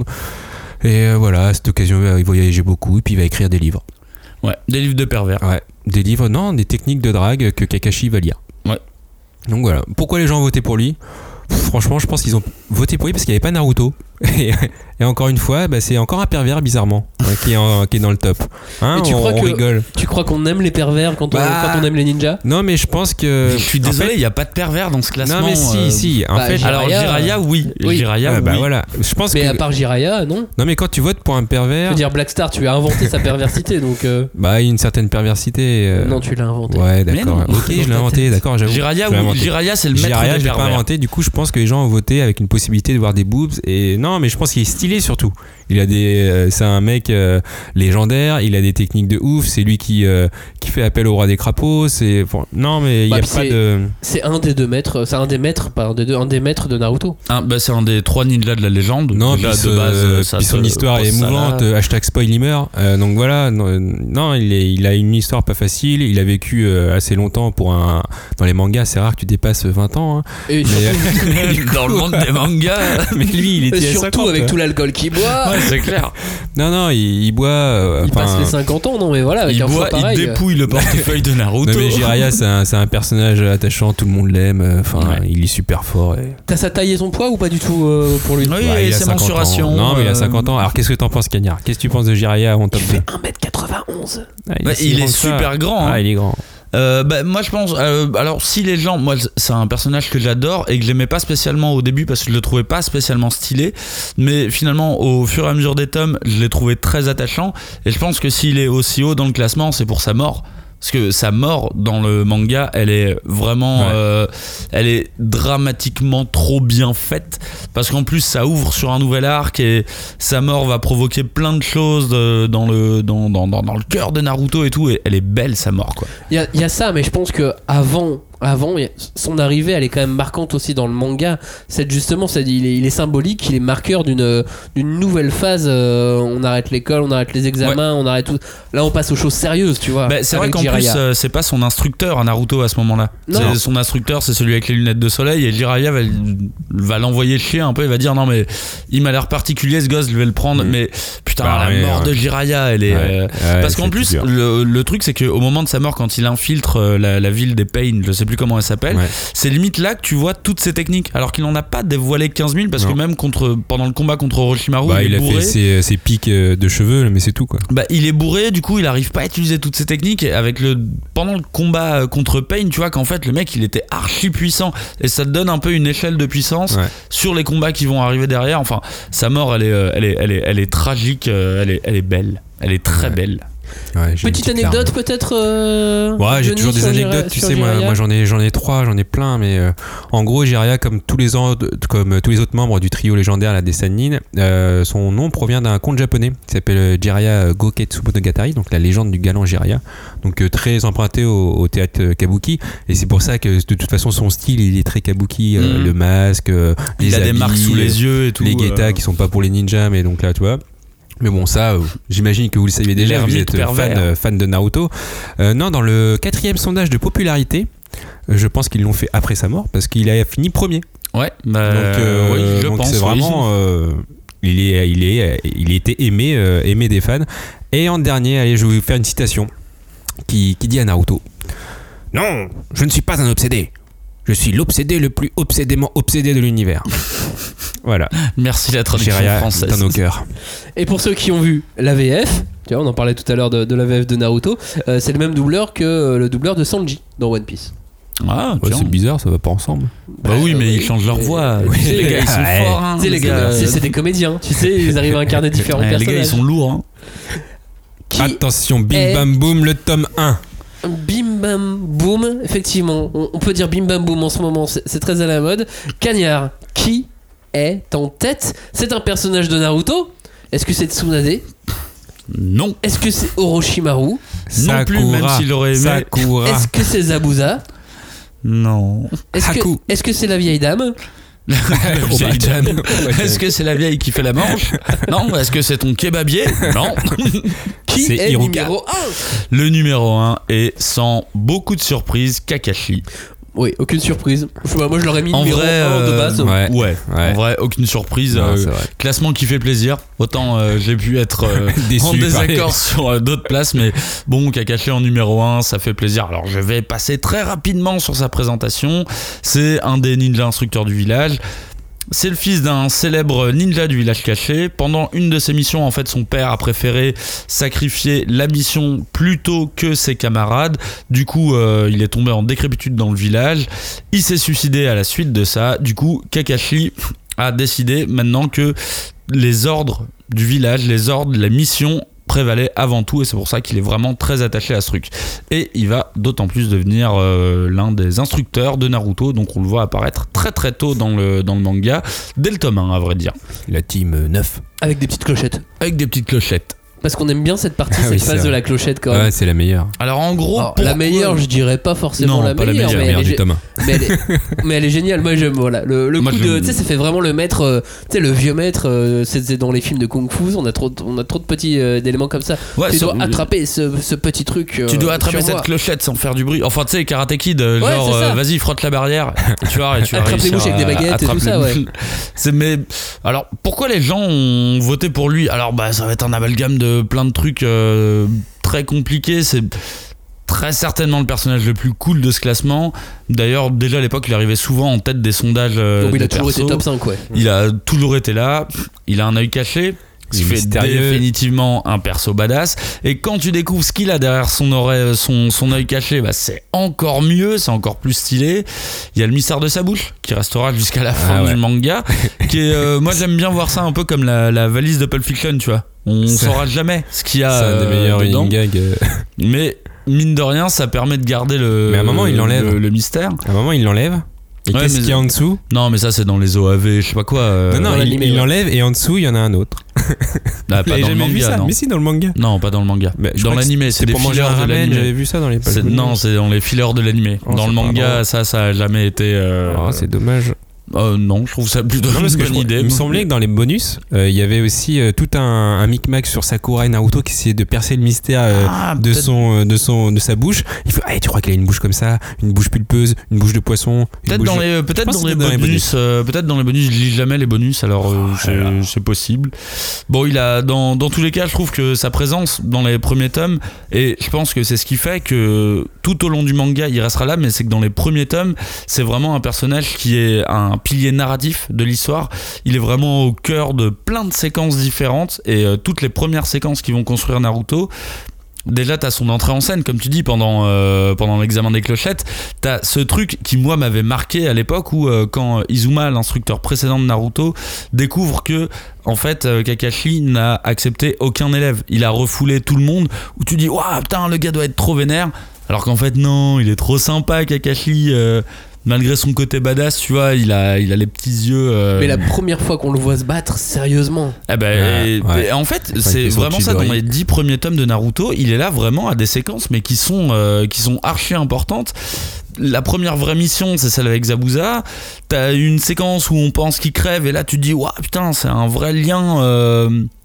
Et euh, voilà, à cette occasion, euh, il voyageait beaucoup et puis il va écrire des livres. Ouais, des livres de pervers. Ouais, des livres, non, des techniques de drague que Kakashi va lire. Ouais. Donc voilà. Pourquoi les gens ont voté pour lui ? Franchement, je pense qu'ils ont voté pour lui parce qu'il n'y avait pas Naruto. Et, et encore une fois, bah, c'est encore un pervers bizarrement hein, qui, est en- qui est dans le top. Hein, Et tu on, crois on que- rigole. Tu crois qu'on aime les pervers quand on, Bah, quand on aime les ninjas ? Non, mais je pense que. Je suis en désolé, fait- il n'y a pas de pervers dans ce classement. non, mais si, euh, si. En bah, fait, Jiraiya, Alors, Jiraiya, oui. oui. Jiraiya, ah, bah oui. voilà. Je pense Mais que. à part Jiraiya, non ? Non, mais quand tu votes pour un Je pervers, veux dire, Blackstar, tu as inventé sa perversité, donc... euh, bah, il y a une certaine perversité. euh, Non, tu l'as inventé. Ouais, Mais d'accord. non. Ok, je l'ai inventé, d'accord, j'avoue. Jiraiya, Je l'ai oui. inventé. Jiraiya, c'est le maître Jiraiya, des je l'ai pas pervers. inventé. Du coup, je pense que les gens ont voté avec une possibilité de voir des boobs. Et non, mais je pense qu'il est stylé surtout. Il a des, euh, c'est un mec euh, légendaire. Il a des techniques de ouf. C'est lui qui euh, qui fait appel au roi des crapauds. C'est bon, non, mais il Bah, y a puis pas c'est- de. C'est un des deux maîtres, c'est un des maîtres, pas un des deux, un des maîtres de Naruto. Ah, bah, c'est un des trois ninjas de la légende. Non, Déjà, puis, de ce- base, ça puis son te histoire est pose ça émouvante. là. euh, hashtag spoil il meurt. Euh, donc voilà, non, non, il, est, il a une histoire pas facile. Il a vécu euh, assez longtemps pour un. Dans les mangas, c'est rare que tu dépasses vingt ans. Hein. Et Mais, surtout, Dans le monde des mangas. mais lui, il et était à surtout cinquante, avec quoi. tout l'alcool qu'il boit, Ouais, c'est clair. Non, non, il, il boit. euh, il enfin, passe les cinquante ans, non mais voilà, avec Il un boit, choix il pareil. dépouille le portefeuille de Naruto. Non mais Jiraiya c'est un, c'est un personnage attachant, tout le monde l'aime, euh, enfin Ouais. il est super fort. Et... T'as sa taille et son poids ou pas du tout euh, pour lui Oui, Ouais, il a c'est cinquante mensuration. ans. Non mais il a euh, cinquante ans. Alors qu'est-ce que t'en penses Cagnard ? Qu'est-ce que tu penses de Jiraiya en top Il deux? fait un mètre quatre-vingt-onze. Ah, Ouais, si il grand est que ça. super grand. hein. Ah il est grand. Euh, bah, moi je pense euh, alors si les gens moi c'est un personnage que j'adore et que j'aimais pas spécialement au début parce que je le trouvais pas spécialement stylé, mais finalement au fur et à mesure des tomes je l'ai trouvé très attachant et je pense que s'il est aussi haut dans le classement c'est pour sa mort. Parce que sa mort dans le manga, elle est vraiment, Ouais. euh, elle est dramatiquement trop bien faite. Parce qu'en plus, ça ouvre sur un nouvel arc et sa mort va provoquer plein de choses de- dans le dans, dans, dans, dans le cœur de Naruto et tout. Et elle est belle sa mort quoi. Il y a, il y a ça, mais je pense que avant, avant, il y a- son arrivée, elle est quand même marquante aussi dans le manga. C'est justement, c'est, il, est, il est symbolique, il est marqueur d'une, d'une nouvelle phase. euh, on arrête l'école, on arrête les examens, on arrête tout. Là, on passe aux choses sérieuses, tu vois. Bah, c'est vrai avec qu'en Jiraiya. plus, euh, c'est pas son instructeur à Naruto à ce moment-là. Non. C'est son instructeur, c'est celui avec les lunettes de soleil. Et Jiraiya va, va l'envoyer chier un peu. Il va dire non, mais il m'a l'air particulier ce gosse, je vais le prendre. Mmh. Mais putain, Bah, la ouais, mort ouais. de Jiraiya, elle est. Ouais. euh, Ouais, Parce qu'en c'est plus, dur. le, le truc, c'est qu'au moment de sa mort, quand il infiltre euh, la, la ville des Pain, je sais plus comment elle s'appelle, Ouais. c'est limite là que tu vois toutes ses techniques. Alors qu'il en a pas dévoilé quinze mille, parce Non. que même contre, pendant le combat contre Orochimaru, Bah, il il est a bourré. fait ses, ses pics euh, de cheveux mais c'est tout quoi. Bah, il est bourré, du coup, il arrive pas à utiliser toutes ses techniques. Et avec le, pendant le combat euh, contre Pain, tu vois qu'en fait, le mec, il était archi puissant. Et ça te donne un peu une échelle de puissance Ouais. sur les combats qui vont arriver derrière. Enfin, sa mort, elle est, euh, elle est, elle est, elle est tragique, euh, elle est, elle est belle. Elle est très Ouais. belle. Ouais, j'ai une Petite petite anecdote larme. peut-être euh, Ouais, j'ai Johnny, toujours des sur anecdotes, Jiraiya- tu sur sais, moi, Jiraiya moi j'en ai, j'en ai trois, j'en ai plein, mais euh, en gros, Jiraiya, comme tous les, an- comme tous les autres membres du trio légendaire là, des Sannin, euh, son nom provient d'un conte japonais qui s'appelle euh, Jiraiya Goketsu Monogatari, donc la légende du galant Jiraiya, donc euh, très emprunté au, au théâtre euh, kabuki, et c'est pour ça que de toute façon son style il est très kabuki, euh, Mhm. le masque, euh, les Il a des habits, marques sous les yeux et tout. les getas euh. qui sont pas pour les ninjas, mais donc là, tu vois. Mais bon, ça, euh, j'imagine que vous le saviez déjà, vous êtes fan, euh, fan de Naruto. Euh, non, dans le quatrième sondage de popularité, euh, je pense qu'ils l'ont fait après sa mort, parce qu'il a fini premier. Ouais, bah, donc, euh, oui, je donc pense. c'est vraiment... Euh, il, est, il, est, il a été aimé, euh, aimé des fans. Et en dernier, allez, je vais vous faire une citation qui, qui dit à Naruto: « Non, je ne suis pas un obsédé. Je suis l'obsédé le plus obsédément obsédé de l'univers. » Voilà. Merci la traduction Jiraiya française. Dans nos cœurs. Et pour ceux qui ont vu la V F, tu vois, on en parlait tout à l'heure de, de la V F de Naruto, euh, c'est le même doubleur que euh, le doubleur de Sanji dans One Piece. Ah, ouais, c'est bizarre, ça va pas ensemble. Bah, bah oui, mais euh, ils changent leur voix. Oui, les gars, ils sont ouais. forts. Hein, les gars, c'est, c'est des comédiens. Tu sais, ils arrivent à incarner différents ouais, personnages. Les gars, ils sont lourds. Hein. Qui Attention, bim est... bam boum, le tome un. Bim bam boum, effectivement, on, on peut dire bim bam boum en ce moment, c'est, c'est très à la mode. Cagnard, qui est en tête? C'est un personnage de Naruto? Est-ce que c'est Tsunade? Non. Est-ce que c'est Orochimaru? Non Sakura, plus, même s'il aurait aimé. Sakura. Est-ce que c'est Zabuza? Non. Est-ce que, est-ce que c'est la vieille dame? Oh, bah, dame. Est-ce que c'est la vieille qui fait la manche? Non. Est-ce que c'est ton kebabier? Non. Qui c'est est Hiruka. numéro un? Le numéro un est sans beaucoup de surprises Kakashi. Oui, aucune surprise. Moi, je l'aurais mis en numéro vrai, un de base. Euh, ouais, ouais, ouais. En vrai, aucune surprise. Non, euh, classement qui fait plaisir. Autant euh, j'ai pu être euh, en désaccord sur euh, d'autres places, mais bon, Kakashi en numéro un, ça fait plaisir. Alors, je vais passer très rapidement sur sa présentation. C'est un des ninjas instructeurs du village. C'est le fils d'un célèbre ninja du village caché. Pendant une de ses missions, en fait, son père a préféré sacrifier la mission plutôt que ses camarades. Du coup, euh, il est tombé en décrépitude dans le village. Il s'est suicidé à la suite de ça. Du coup, Kakashi a décidé maintenant que les ordres du village, les ordres, la mission prévalait avant tout, et c'est pour ça qu'il est vraiment très attaché à ce truc. Et il va d'autant plus devenir euh, l'un des instructeurs de Naruto, donc on le voit apparaître très très tôt dans le, dans le manga, dès le tome un à vrai dire. La team neuf. Avec des petites clochettes. Avec des petites clochettes. Parce qu'on aime bien cette partie, ah cette oui, phase de la clochette quand même. Ouais, c'est la meilleure. Alors en gros, Alors, la meilleure, je dirais pas forcément non, la, pas meilleure, la meilleure, mais, la meilleure elle du est, tome un. mais, elle est, mais elle est géniale. Moi j'aime, voilà, le, le Moi, coup je de, tu sais, ça fait vraiment le maître, euh, tu sais, le vieux maître. Euh, c'est, c'est dans les films de kung fu, on a trop, on a trop de petits euh, éléments comme ça. Ouais, tu sur, dois attraper ce, ce petit truc. Euh, tu dois attraper cette moi. clochette sans faire du bruit. Enfin, tu sais, Karate Kid, euh, ouais, genre, euh, vas-y, frotte la barrière. Tu vois, et tu vas attrape les réussir mouches avec des baguettes et tout ça, ouais. C'est, mais alors, pourquoi les gens ont voté pour lui? Alors, bah, ça va être un amalgame de plein de trucs. Euh, très compliqué, c'est très certainement le personnage le plus cool de ce classement. D'ailleurs, déjà à l'époque, il arrivait souvent en tête des sondages. Euh, Donc il a des toujours persos. été top cinq, ouais. Il a toujours été là. Il a un œil caché. Ce qui fait mystérieux. Définitivement un perso badass. Et quand tu découvres ce qu'il a derrière son oreille, son, son œil caché, bah c'est encore mieux, c'est encore plus stylé. Il y a le mystère de sa bouche qui restera jusqu'à la fin ah ouais. du manga. Qui est, euh, moi j'aime bien voir ça un peu comme la, la valise de Pulp Fiction, tu vois. On c'est, saura jamais ce qu'il y a. C'est un des meilleurs euh, running gags. Euh... Mais mine de rien, ça permet de garder le, mais à un moment, il l'enlève. le, le mystère. À un moment, il l'enlève. Et ouais, qu'est-ce qu'il y a en dessous? Non, mais ça c'est dans les O A V, je sais pas quoi. Euh... Non, non, il, il l'enlève et en dessous, il y en a un autre. Ah, pas dans le manga, vu ça non. Mais si, dans le manga. Non, pas dans le manga. Mais dans l'animé, c'est, c'est des pour manger fillers un de ramen, l'animé. J'avais vu ça dans les pages. C'est, non, c'est dans les fillers de l'animé. Oh, dans le manga, ça, ça a jamais été. Euh... Oh, c'est dommage. Euh, non, je trouve ça plutôt non, une bonne je, idée. Il me semblait que dans les bonus, euh, il y avait aussi euh, tout un, un micmac sur Sakura et Naruto qui essayait de percer le mystère euh, ah, de, son, euh, de, son, de sa bouche. Il faut, ah, tu crois qu'il a une bouche comme ça, une bouche pulpeuse, une bouche de poisson. Peut-être dans les, peut-être dans les, dans les bonus. bonus. Euh, peut-être dans les bonus, je lis jamais les bonus, alors euh, oh, c'est, c'est possible. Bon, il a dans, dans tous les cas, je trouve que sa présence dans les premiers tomes, et je pense que c'est ce qui fait que tout au long du manga, il restera là, mais c'est que dans les premiers tomes, c'est vraiment un personnage qui est un pilier narratif de l'histoire. Il est vraiment au cœur de plein de séquences différentes, et euh, toutes les premières séquences qui vont construire Naruto, déjà t'as son entrée en scène, comme tu dis, pendant, euh, pendant l'examen des clochettes. T'as ce truc qui moi m'avait marqué à l'époque où euh, quand Izuma, l'instructeur précédent de Naruto, découvre que en fait euh, Kakashi n'a accepté aucun élève, il a refoulé tout le monde, où tu dis waouh putain le gars doit être trop vénère, alors qu'en fait non, il est trop sympa Kakashi. euh, Malgré son côté badass, tu vois, il a, il a les petits yeux. Euh... Mais la première fois qu'on le voit se battre, sérieusement. Eh ben, ouais, et, ouais. Et en fait, c'est, c'est vraiment ça. Dans Chidori. les dix premiers tomes de Naruto, il est là vraiment à des séquences, mais qui sont, euh, qui sont archi importantes. La première vraie mission, c'est celle avec Zabuza. T'as une séquence où on pense qu'il crève, et là tu te dis, waouh, putain, c'est un vrai lien. Euh...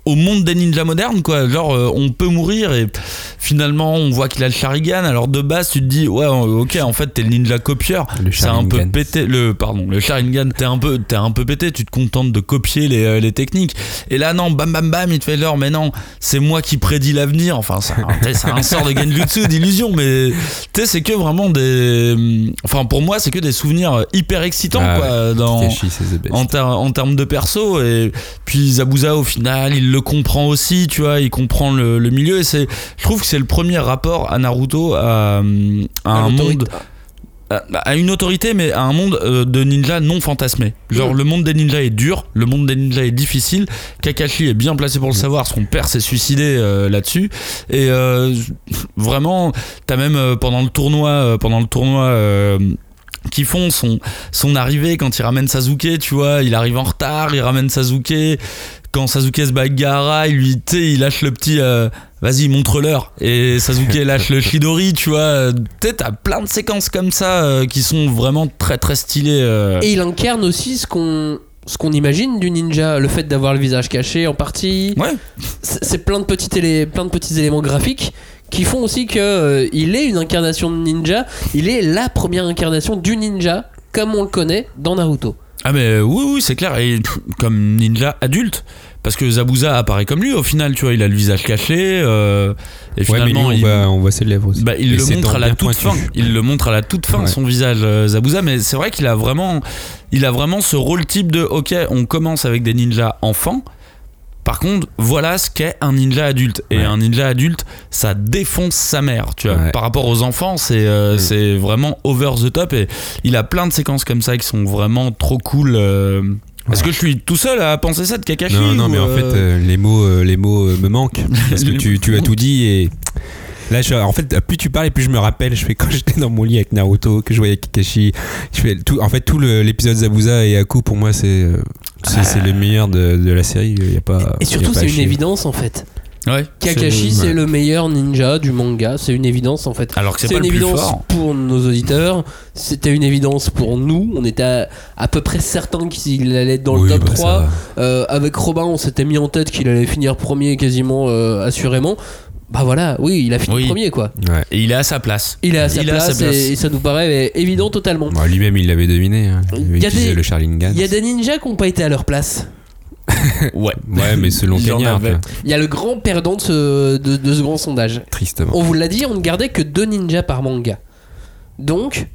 au monde des ninjas modernes, quoi. Genre, euh, on peut mourir et finalement, on voit qu'il a le Sharingan. Alors, de base, tu te dis, ouais, ok, en fait, t'es le ninja copieur. Le c'est un peu Sharingan. pété. Le, pardon, le Sharingan, t'es un peu, t'es un peu pété. Tu te contentes de copier les, euh, les techniques. Et là, non, bam, bam, bam, il te fait l'heure. Mais non, c'est moi qui prédis l'avenir. Enfin, c'est un, c'est un sort de genjutsu, d'illusion. Mais tu sais, c'est que vraiment des. Enfin, pour moi, c'est que des souvenirs hyper excitants, Ah quoi. ouais, Dans, Takeshi, c'est the best. en, ter- en termes de perso. Et puis Zabuza, au final, il le comprend aussi, tu vois, il comprend le, le milieu. Et c'est, je trouve que c'est le premier rapport à Naruto à, à un monde. À, à une autorité, mais à un monde euh, de ninja non fantasmé. Genre, mmh. le monde des ninjas est dur, le monde des ninjas est difficile. Kakashi est bien placé pour le savoir, son père s'est suicidé euh, là-dessus. Et euh, vraiment, t'as même euh, pendant le tournoi, euh, pendant le tournoi. Euh, qui font son, son arrivée quand il ramène Sasuke, tu vois, il arrive en retard, il ramène Sasuke, quand Sasuke se bat avec Gaara, il lui, tu sais, il lâche le petit euh, vas-y, montre-leur, et Sasuke lâche le Chidori, tu vois, tu sais, t'as plein de séquences comme ça euh, qui sont vraiment très très stylées. Euh. Et il incarne aussi ce qu'on ce qu'on imagine du ninja, le fait d'avoir le visage caché en partie. Ouais. C'est, c'est plein de petits élé- plein de petits éléments graphiques qui font aussi que euh, il est une incarnation de ninja, il est la première incarnation du ninja comme on le connaît dans Naruto. Ah mais oui oui c'est clair, et pff, comme ninja adulte, parce que Zabuza apparaît comme lui au final, tu vois, il a le visage caché euh, et finalement ouais, mais lui, on, il, voit, on voit ses lèvres aussi. Bah, il et le montre à la toute pointu. fin il le montre à la toute fin ouais. son visage euh, Zabuza, mais c'est vrai qu'il a vraiment il a vraiment ce rôle type de ok, on commence avec des ninjas enfants. Par contre, voilà ce qu'est un ninja adulte. Et ouais. un ninja adulte, ça défonce sa mère, tu vois. Ouais. Par rapport aux enfants, c'est, euh, mmh. c'est vraiment over the top. Et il a plein de séquences comme ça qui sont vraiment trop cool. Euh... Ouais. Est-ce que je suis tout seul à penser ça de Kakashi? Non, non, mais euh... en fait, euh, les mots, euh, les mots euh, me manquent. Parce que tu, tu as tout dit et... Là, je, en fait, plus tu parles et plus je me rappelle. Je fais quand j'étais dans mon lit avec Naruto, que je voyais Kakashi. Je fais tout. En fait, tout le, l'épisode Zabuza et Haku pour moi, c'est c'est, ah. c'est le meilleur de, de la série. Il y a pas. Et surtout, y a pas c'est une chier. évidence en fait. Ouais. Kakashi, c'est, c'est ouais. le meilleur ninja du manga. C'est une évidence en fait. Alors que c'est, c'est pas une le plus évidence fort. Pour nos auditeurs. C'était une évidence pour nous. On était à, à peu près certains qu'il allait être dans oui, le top bah, trois. Euh, avec Robin, on s'était mis en tête qu'il allait finir premier quasiment euh, assurément. Bah voilà, oui, il a fini oui. premier quoi. Ouais. Et il est à sa place. Il est à sa, il place, à sa place et, et ça nous paraît évident totalement. Bon, lui-même, il l'avait deviné. Hein. Il avait utilisé des, le Sharingan. Il y a des ninjas qui n'ont pas été à leur place. ouais. Ouais, mais selon Cagnard. Il y a le grand perdant de ce, de, de ce grand sondage. Tristement. On vous l'a dit, on ne gardait que deux ninjas par manga. Donc,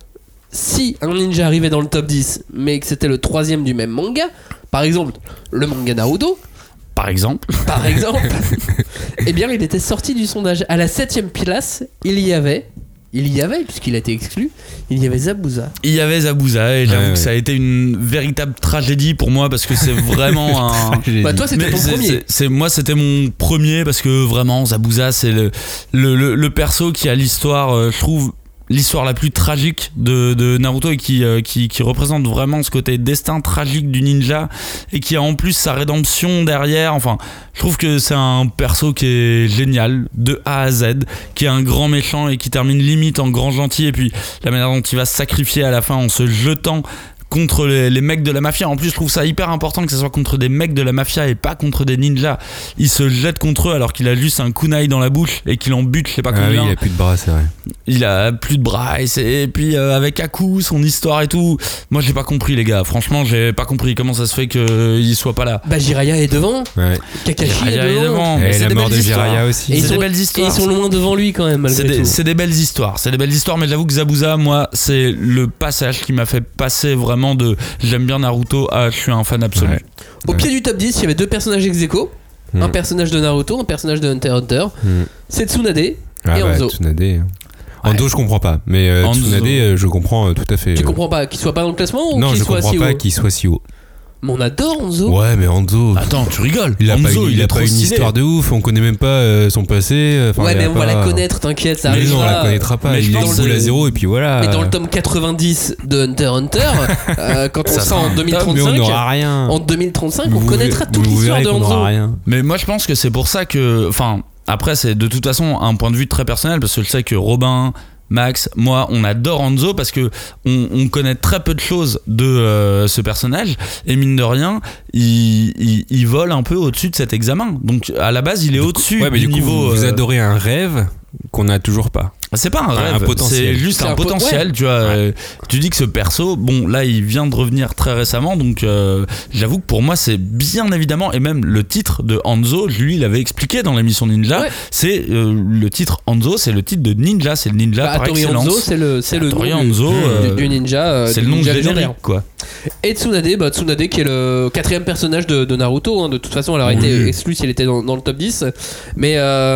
si un ninja arrivait dans le top dix, mais que c'était le troisième du même manga, par exemple, le manga Naruto, Par exemple. Par exemple. Eh bien, il était sorti du sondage. À la septième place, il y avait, il y avait, puisqu'il a été exclu, il y avait Zabuza. Il y avait Zabuza, et j'avoue ouais, que ouais. ça a été une véritable tragédie pour moi, parce que c'est vraiment un. Bah, toi, c'était Mais ton c'est, premier. C'est, c'est, moi, c'était mon premier, parce que vraiment, Zabuza, c'est le, le, le, le perso qui a l'histoire, euh, je trouve. L'histoire la plus tragique de, de Naruto et qui, euh, qui, qui représente vraiment ce côté destin tragique du ninja et qui a en plus sa rédemption derrière. Enfin, je trouve que c'est un perso qui est génial de A à Z, qui est un grand méchant et qui termine limite en grand gentil, et puis la manière dont il va se sacrifier à la fin en se jetant contre les, les mecs de la mafia. En plus, je trouve ça hyper important que ce soit contre des mecs de la mafia et pas contre des ninjas. Il se jette contre eux alors qu'il a juste un kunai dans la bouche et qu'il en bute, je sais pas combien. Ah oui, il a plus de bras, c'est vrai. Il a plus de bras, et, c'est, et puis euh, avec Haku, son histoire et tout. Moi, j'ai pas compris, les gars. Franchement, j'ai pas compris comment ça se fait qu'il soit pas là. Bah, Jiraiya est devant. Ouais. Kakashi Jiraiya est devant. est devant. Et C'est la des mort belles de histoires. Jiraiya aussi. Et ils C'est sont, des belles histoires. Et ils sont loin devant lui quand même, malgré c'est des, tout. c'est des belles histoires. C'est des belles histoires, mais j'avoue que Zabuza, moi, c'est le passage qui m'a fait passer vraiment de j'aime bien Naruto à je suis un fan absolu. Ouais. Au Ouais. pied du top dix, il y avait deux personnages ex-aequo. Mm. Un personnage de Naruto, un personnage de Hunter x Hunter. Mm. C'est Tsunade Ah et bah, Hanzo. Tsunade. Ando, je comprends pas. Mais euh, Hanzo. Tsunade, euh, je comprends euh, tout à fait. Tu euh. comprends pas qu'il soit pas dans le classement ou Non, qu'il je soit comprends si pas haut? qu'il soit si haut. Mais on adore Hanzo. Ouais, mais Hanzo. Attends, tu rigoles. Il a Hanzo, pas, une- il est a trop pas une stylé. histoire de ouf, on connaît même pas euh, son passé. Enfin, Ouais, il mais a on pas... va la connaître, t'inquiète, ça Mais non, on arrivera. la connaîtra pas. Mais Il je est pense boule que- à zéro et puis voilà. Mais dans le tome quatre-vingt-dix de Hunter x Hunter, euh, quand on Ça sera en sera un deux mille Mais on trente-cinq, n'aura rien. en deux mille trente-cinq, on Vous connaîtra verrez- toute vous l'histoire verrez de qu'on Hanzo. aura rien. Mais moi, je pense que c'est pour ça que. Enfin, après, c'est de toute façon un point de vue très personnel, parce que je sais que Robin, Max, moi, on adore Hanzo parce que on, on connaît très peu de choses de euh, ce personnage et mine de rien, il, il, il vole un peu au-dessus de cet examen. Donc à la base, il est du au-dessus coup, ouais, mais du du coup, niveau. Vous, vous euh, adorez un rêve qu'on n'a toujours pas. C'est pas un Enfin, rêve, un potentiel. c'est juste C'est un, un po- potentiel, ouais. tu vois. Ouais. euh, tu dis que ce perso, bon, là, il vient de revenir très récemment, donc euh, j'avoue que pour moi, c'est bien évidemment, et même le titre de Hanzo, lui, il avait expliqué dans l'émission Ninja, Ouais. c'est euh, le titre Hanzo, c'est le titre de Ninja, c'est le ninja Bah, par Hattori excellence. Hanzo, c'est le, c'est le nom Hattori du, Hanzo, du- euh, du ninja. euh, c'est du le nom ninja générique, légendaire. quoi. Et Tsunade, bah, Tsunade qui est le quatrième personnage de, de Naruto. Hein. De toute façon, elle aurait Oui. été exclue si elle était dans, dans le top dix. Mais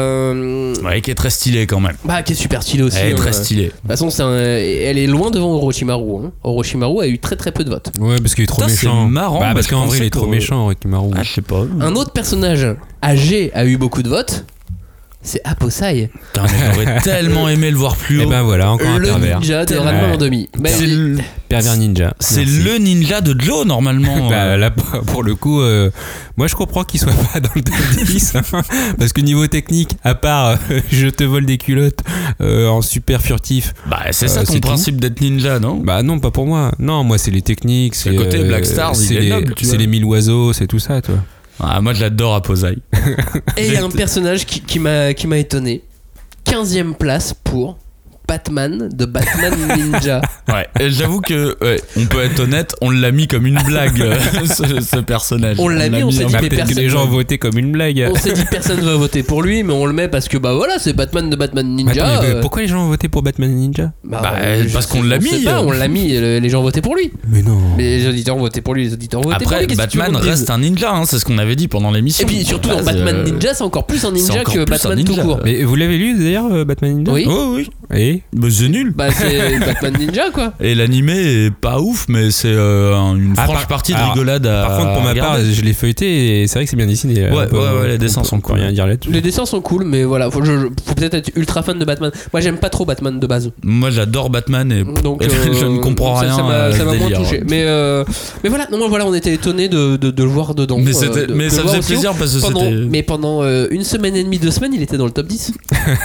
euh, Ouais, qui est très stylé quand même. bah, qui est super stylée aussi. Elle est hein. très De stylée. toute façon, c'est un- elle est loin devant Orochimaru. Hein. Orochimaru a eu très très peu de votes. Ouais, parce qu'il est trop Putain, c'est méchant. marrant, Bah, parce parce que qu'en je vrai, il pensais est trop que- méchant, Orochimaru. Ah, je sais pas. Un autre personnage âgé a eu beaucoup de votes. C'est Aposai, Putain, mais j'aurais tellement aimé le voir plus Et haut. ben voilà, encore un le pervers. ninja de Tellement. Ranma en Ouais. demi. Mais C'est le, Pervers ninja. c'est Merci. le ninja de Joe normalement. Bah, là, pour le coup, euh, moi je comprends qu'il soit pas dans le top dix. Hein, parce que niveau technique, à part euh, je te vole des culottes euh, en super furtif. Bah, c'est Euh, ça ton c'est tout. principe d'être ninja, non? Bah non, pas pour moi. Non, moi c'est les techniques. C'est Le côté euh, Black Stars, il c'est est les, noble, tu c'est vois. les mille oiseaux, c'est tout ça, toi. Ah, moi, je l'adore à Posai. Et il y a un personnage qui, qui m'a qui m'a étonné. quinzième place pour Batman de Batman Ninja. Ouais, et j'avoue que, ouais, on peut être honnête, on l'a mis comme une blague, euh, ce, ce personnage. On l'a mis, on s'est un dit, Bah, mais peut-être que personne les gens va- votaient comme une blague. On s'est dit personne va voter pour lui, mais on le met parce que bah voilà, c'est Batman de Batman Mais Ninja. attends, mais euh, pourquoi les gens ont voté pour Batman Ninja? bah, Bah, euh, je parce sais- qu'on l'a on sait mis, pas, euh. on l'a mis, le- les gens votaient pour lui. Mais non. Les auditeurs ont voté pour lui, les auditeurs ont voté pour Après, lui. qu'est-ce que tu veux Batman qu'on dise reste un ninja, hein, c'est ce qu'on avait dit pendant l'émission. Et puis surtout De dans base, Batman euh, Ninja, c'est encore plus un c'est ninja encore que plus un Batman tout ninja. court. Mais vous l'avez lu d'ailleurs, euh, Batman Ninja? Oui. Oh oui, Et bah, c'est nul. Bah c'est Batman Ninja quoi. Et l'animé est pas ouf, mais c'est euh, un- une Ah, franche par- partie de alors, rigolade à Par contre, pour ma part, regarder. je l'ai feuilleté et c'est vrai que c'est bien dessiné. Ouais, On peut- ouais, ouais, les on dessins peut- sont on peut cool. rien dire là-dessus. Les dessins sont cool, mais voilà, faut, je- faut peut-être être ultra fan de Batman. Moi j'aime pas trop Batman de base. Moi, j'adore Batman et Donc, je euh, ne comprends ça- rien. Ça m'a à ça ce m'a moins délire. touché. Mais, euh, mais voilà, non, moi, voilà, on était étonnés de, de, de le voir dedans. Mais, euh, c'était- de- mais de ça le voir faisait aussi haut. plaisir parce que Pendant, c'était. mais pendant euh, une semaine et demie, deux semaines, il était dans le top dix.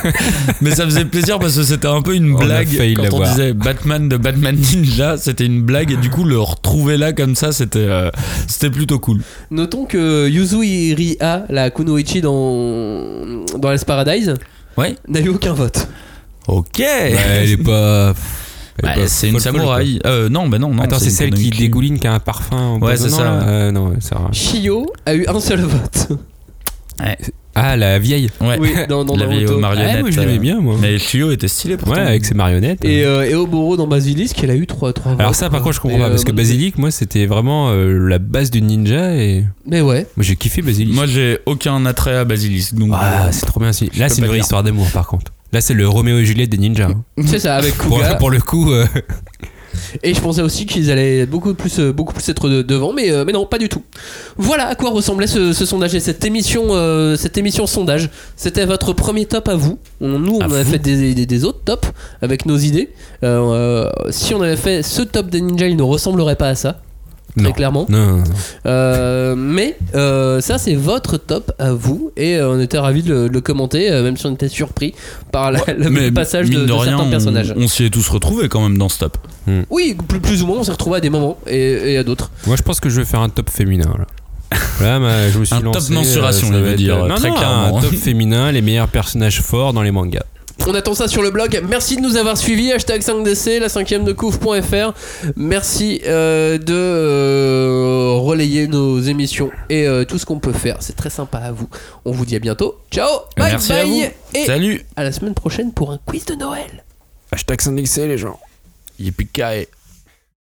Mais ça faisait plaisir parce que c'était un peu une On a blague. failli Quand on l'avoir. disait Batman de Batman Ninja, c'était une blague et du coup le retrouver là comme ça, c'était euh, c'était plutôt cool. Notons que Yuzu Ria, la Kunoichi dans, dans Hell's Paradise, Ouais. n'a eu aucun vote. Ok. Ouais, elle est pas. elle est Bah, pas c'est une folle, folle, samouraï. Euh, non, bah non, non. quoi. Attends, c'est une celle qui Kunoichi. dégouline, qui a un parfum. Ouais, c'est empoisonnant, ça, là. ouais. Euh, non, ça. Shio a eu un seul vote. Ah, la vieille. Ouais. Oui, dans, dans La vieille Naruto. aux marionnettes. Ouais, moi je l'aimais euh, bien, moi. Mais Shio était stylé pourtant. Ouais, avec ses marionnettes. Et, euh, et Oboro dans Basilisk, elle a eu trois votes. Alors, ça, par contre, je comprends Mais, pas. Parce euh, que Basilic, moi, c'était vraiment euh, la base du ninja. Et Mais ouais. moi, j'ai kiffé Basilic. Moi, j'ai aucun attrait à Basilisk. Donc, Ah, euh, c'est trop bien. Si. je Là, peux c'est une pas vraie dire. histoire d'amour, par contre. Là, c'est le Roméo et Juliette des ninjas. hein. C'est ça, avec Pour, Kuga. pour le coup. euh, Et je pensais aussi qu'ils allaient beaucoup plus, euh, beaucoup plus être de- devant, mais, euh, mais non, pas du tout. Voilà à quoi ressemblait ce, ce sondage et cette émission, euh, cette émission sondage. C'était votre premier top à vous. On- nous, on À avait vous. fait des, des, des autres tops avec nos idées. Euh, euh, si on avait fait ce top des ninjas, il ne ressemblerait pas à ça. Très Non. clairement. Non, non, non. Euh, mais euh, ça, c'est votre top à vous. Et euh, on était ravis de le, de le commenter, euh, même si on était surpris par la- le mais passage de, mine de rien, certains on- personnages. On, s'y est tous retrouvés quand même dans ce top. Oui, plus, plus ou moins, on s'est retrouvés à des moments et, et à d'autres. Moi, je pense que je vais faire un top féminin. Là, là ma- je me suis Un top lancé, mensuration, euh, ça il va veut être- dire, non, très non, clairement. Un top féminin, les meilleurs personnages forts dans les mangas. On attend ça sur le blog. Merci de nous avoir suivis. Hashtag cinq D C, la cinquième de couvre point F R. Merci euh, de euh, relayer nos émissions et euh, tout ce qu'on peut faire. C'est très sympa à vous. On vous dit à bientôt. Ciao, bye Merci bye. à vous. Et Salut. à la semaine prochaine pour un quiz de Noël. Hashtag cinq D C, les gens. Yippee-ki-yay.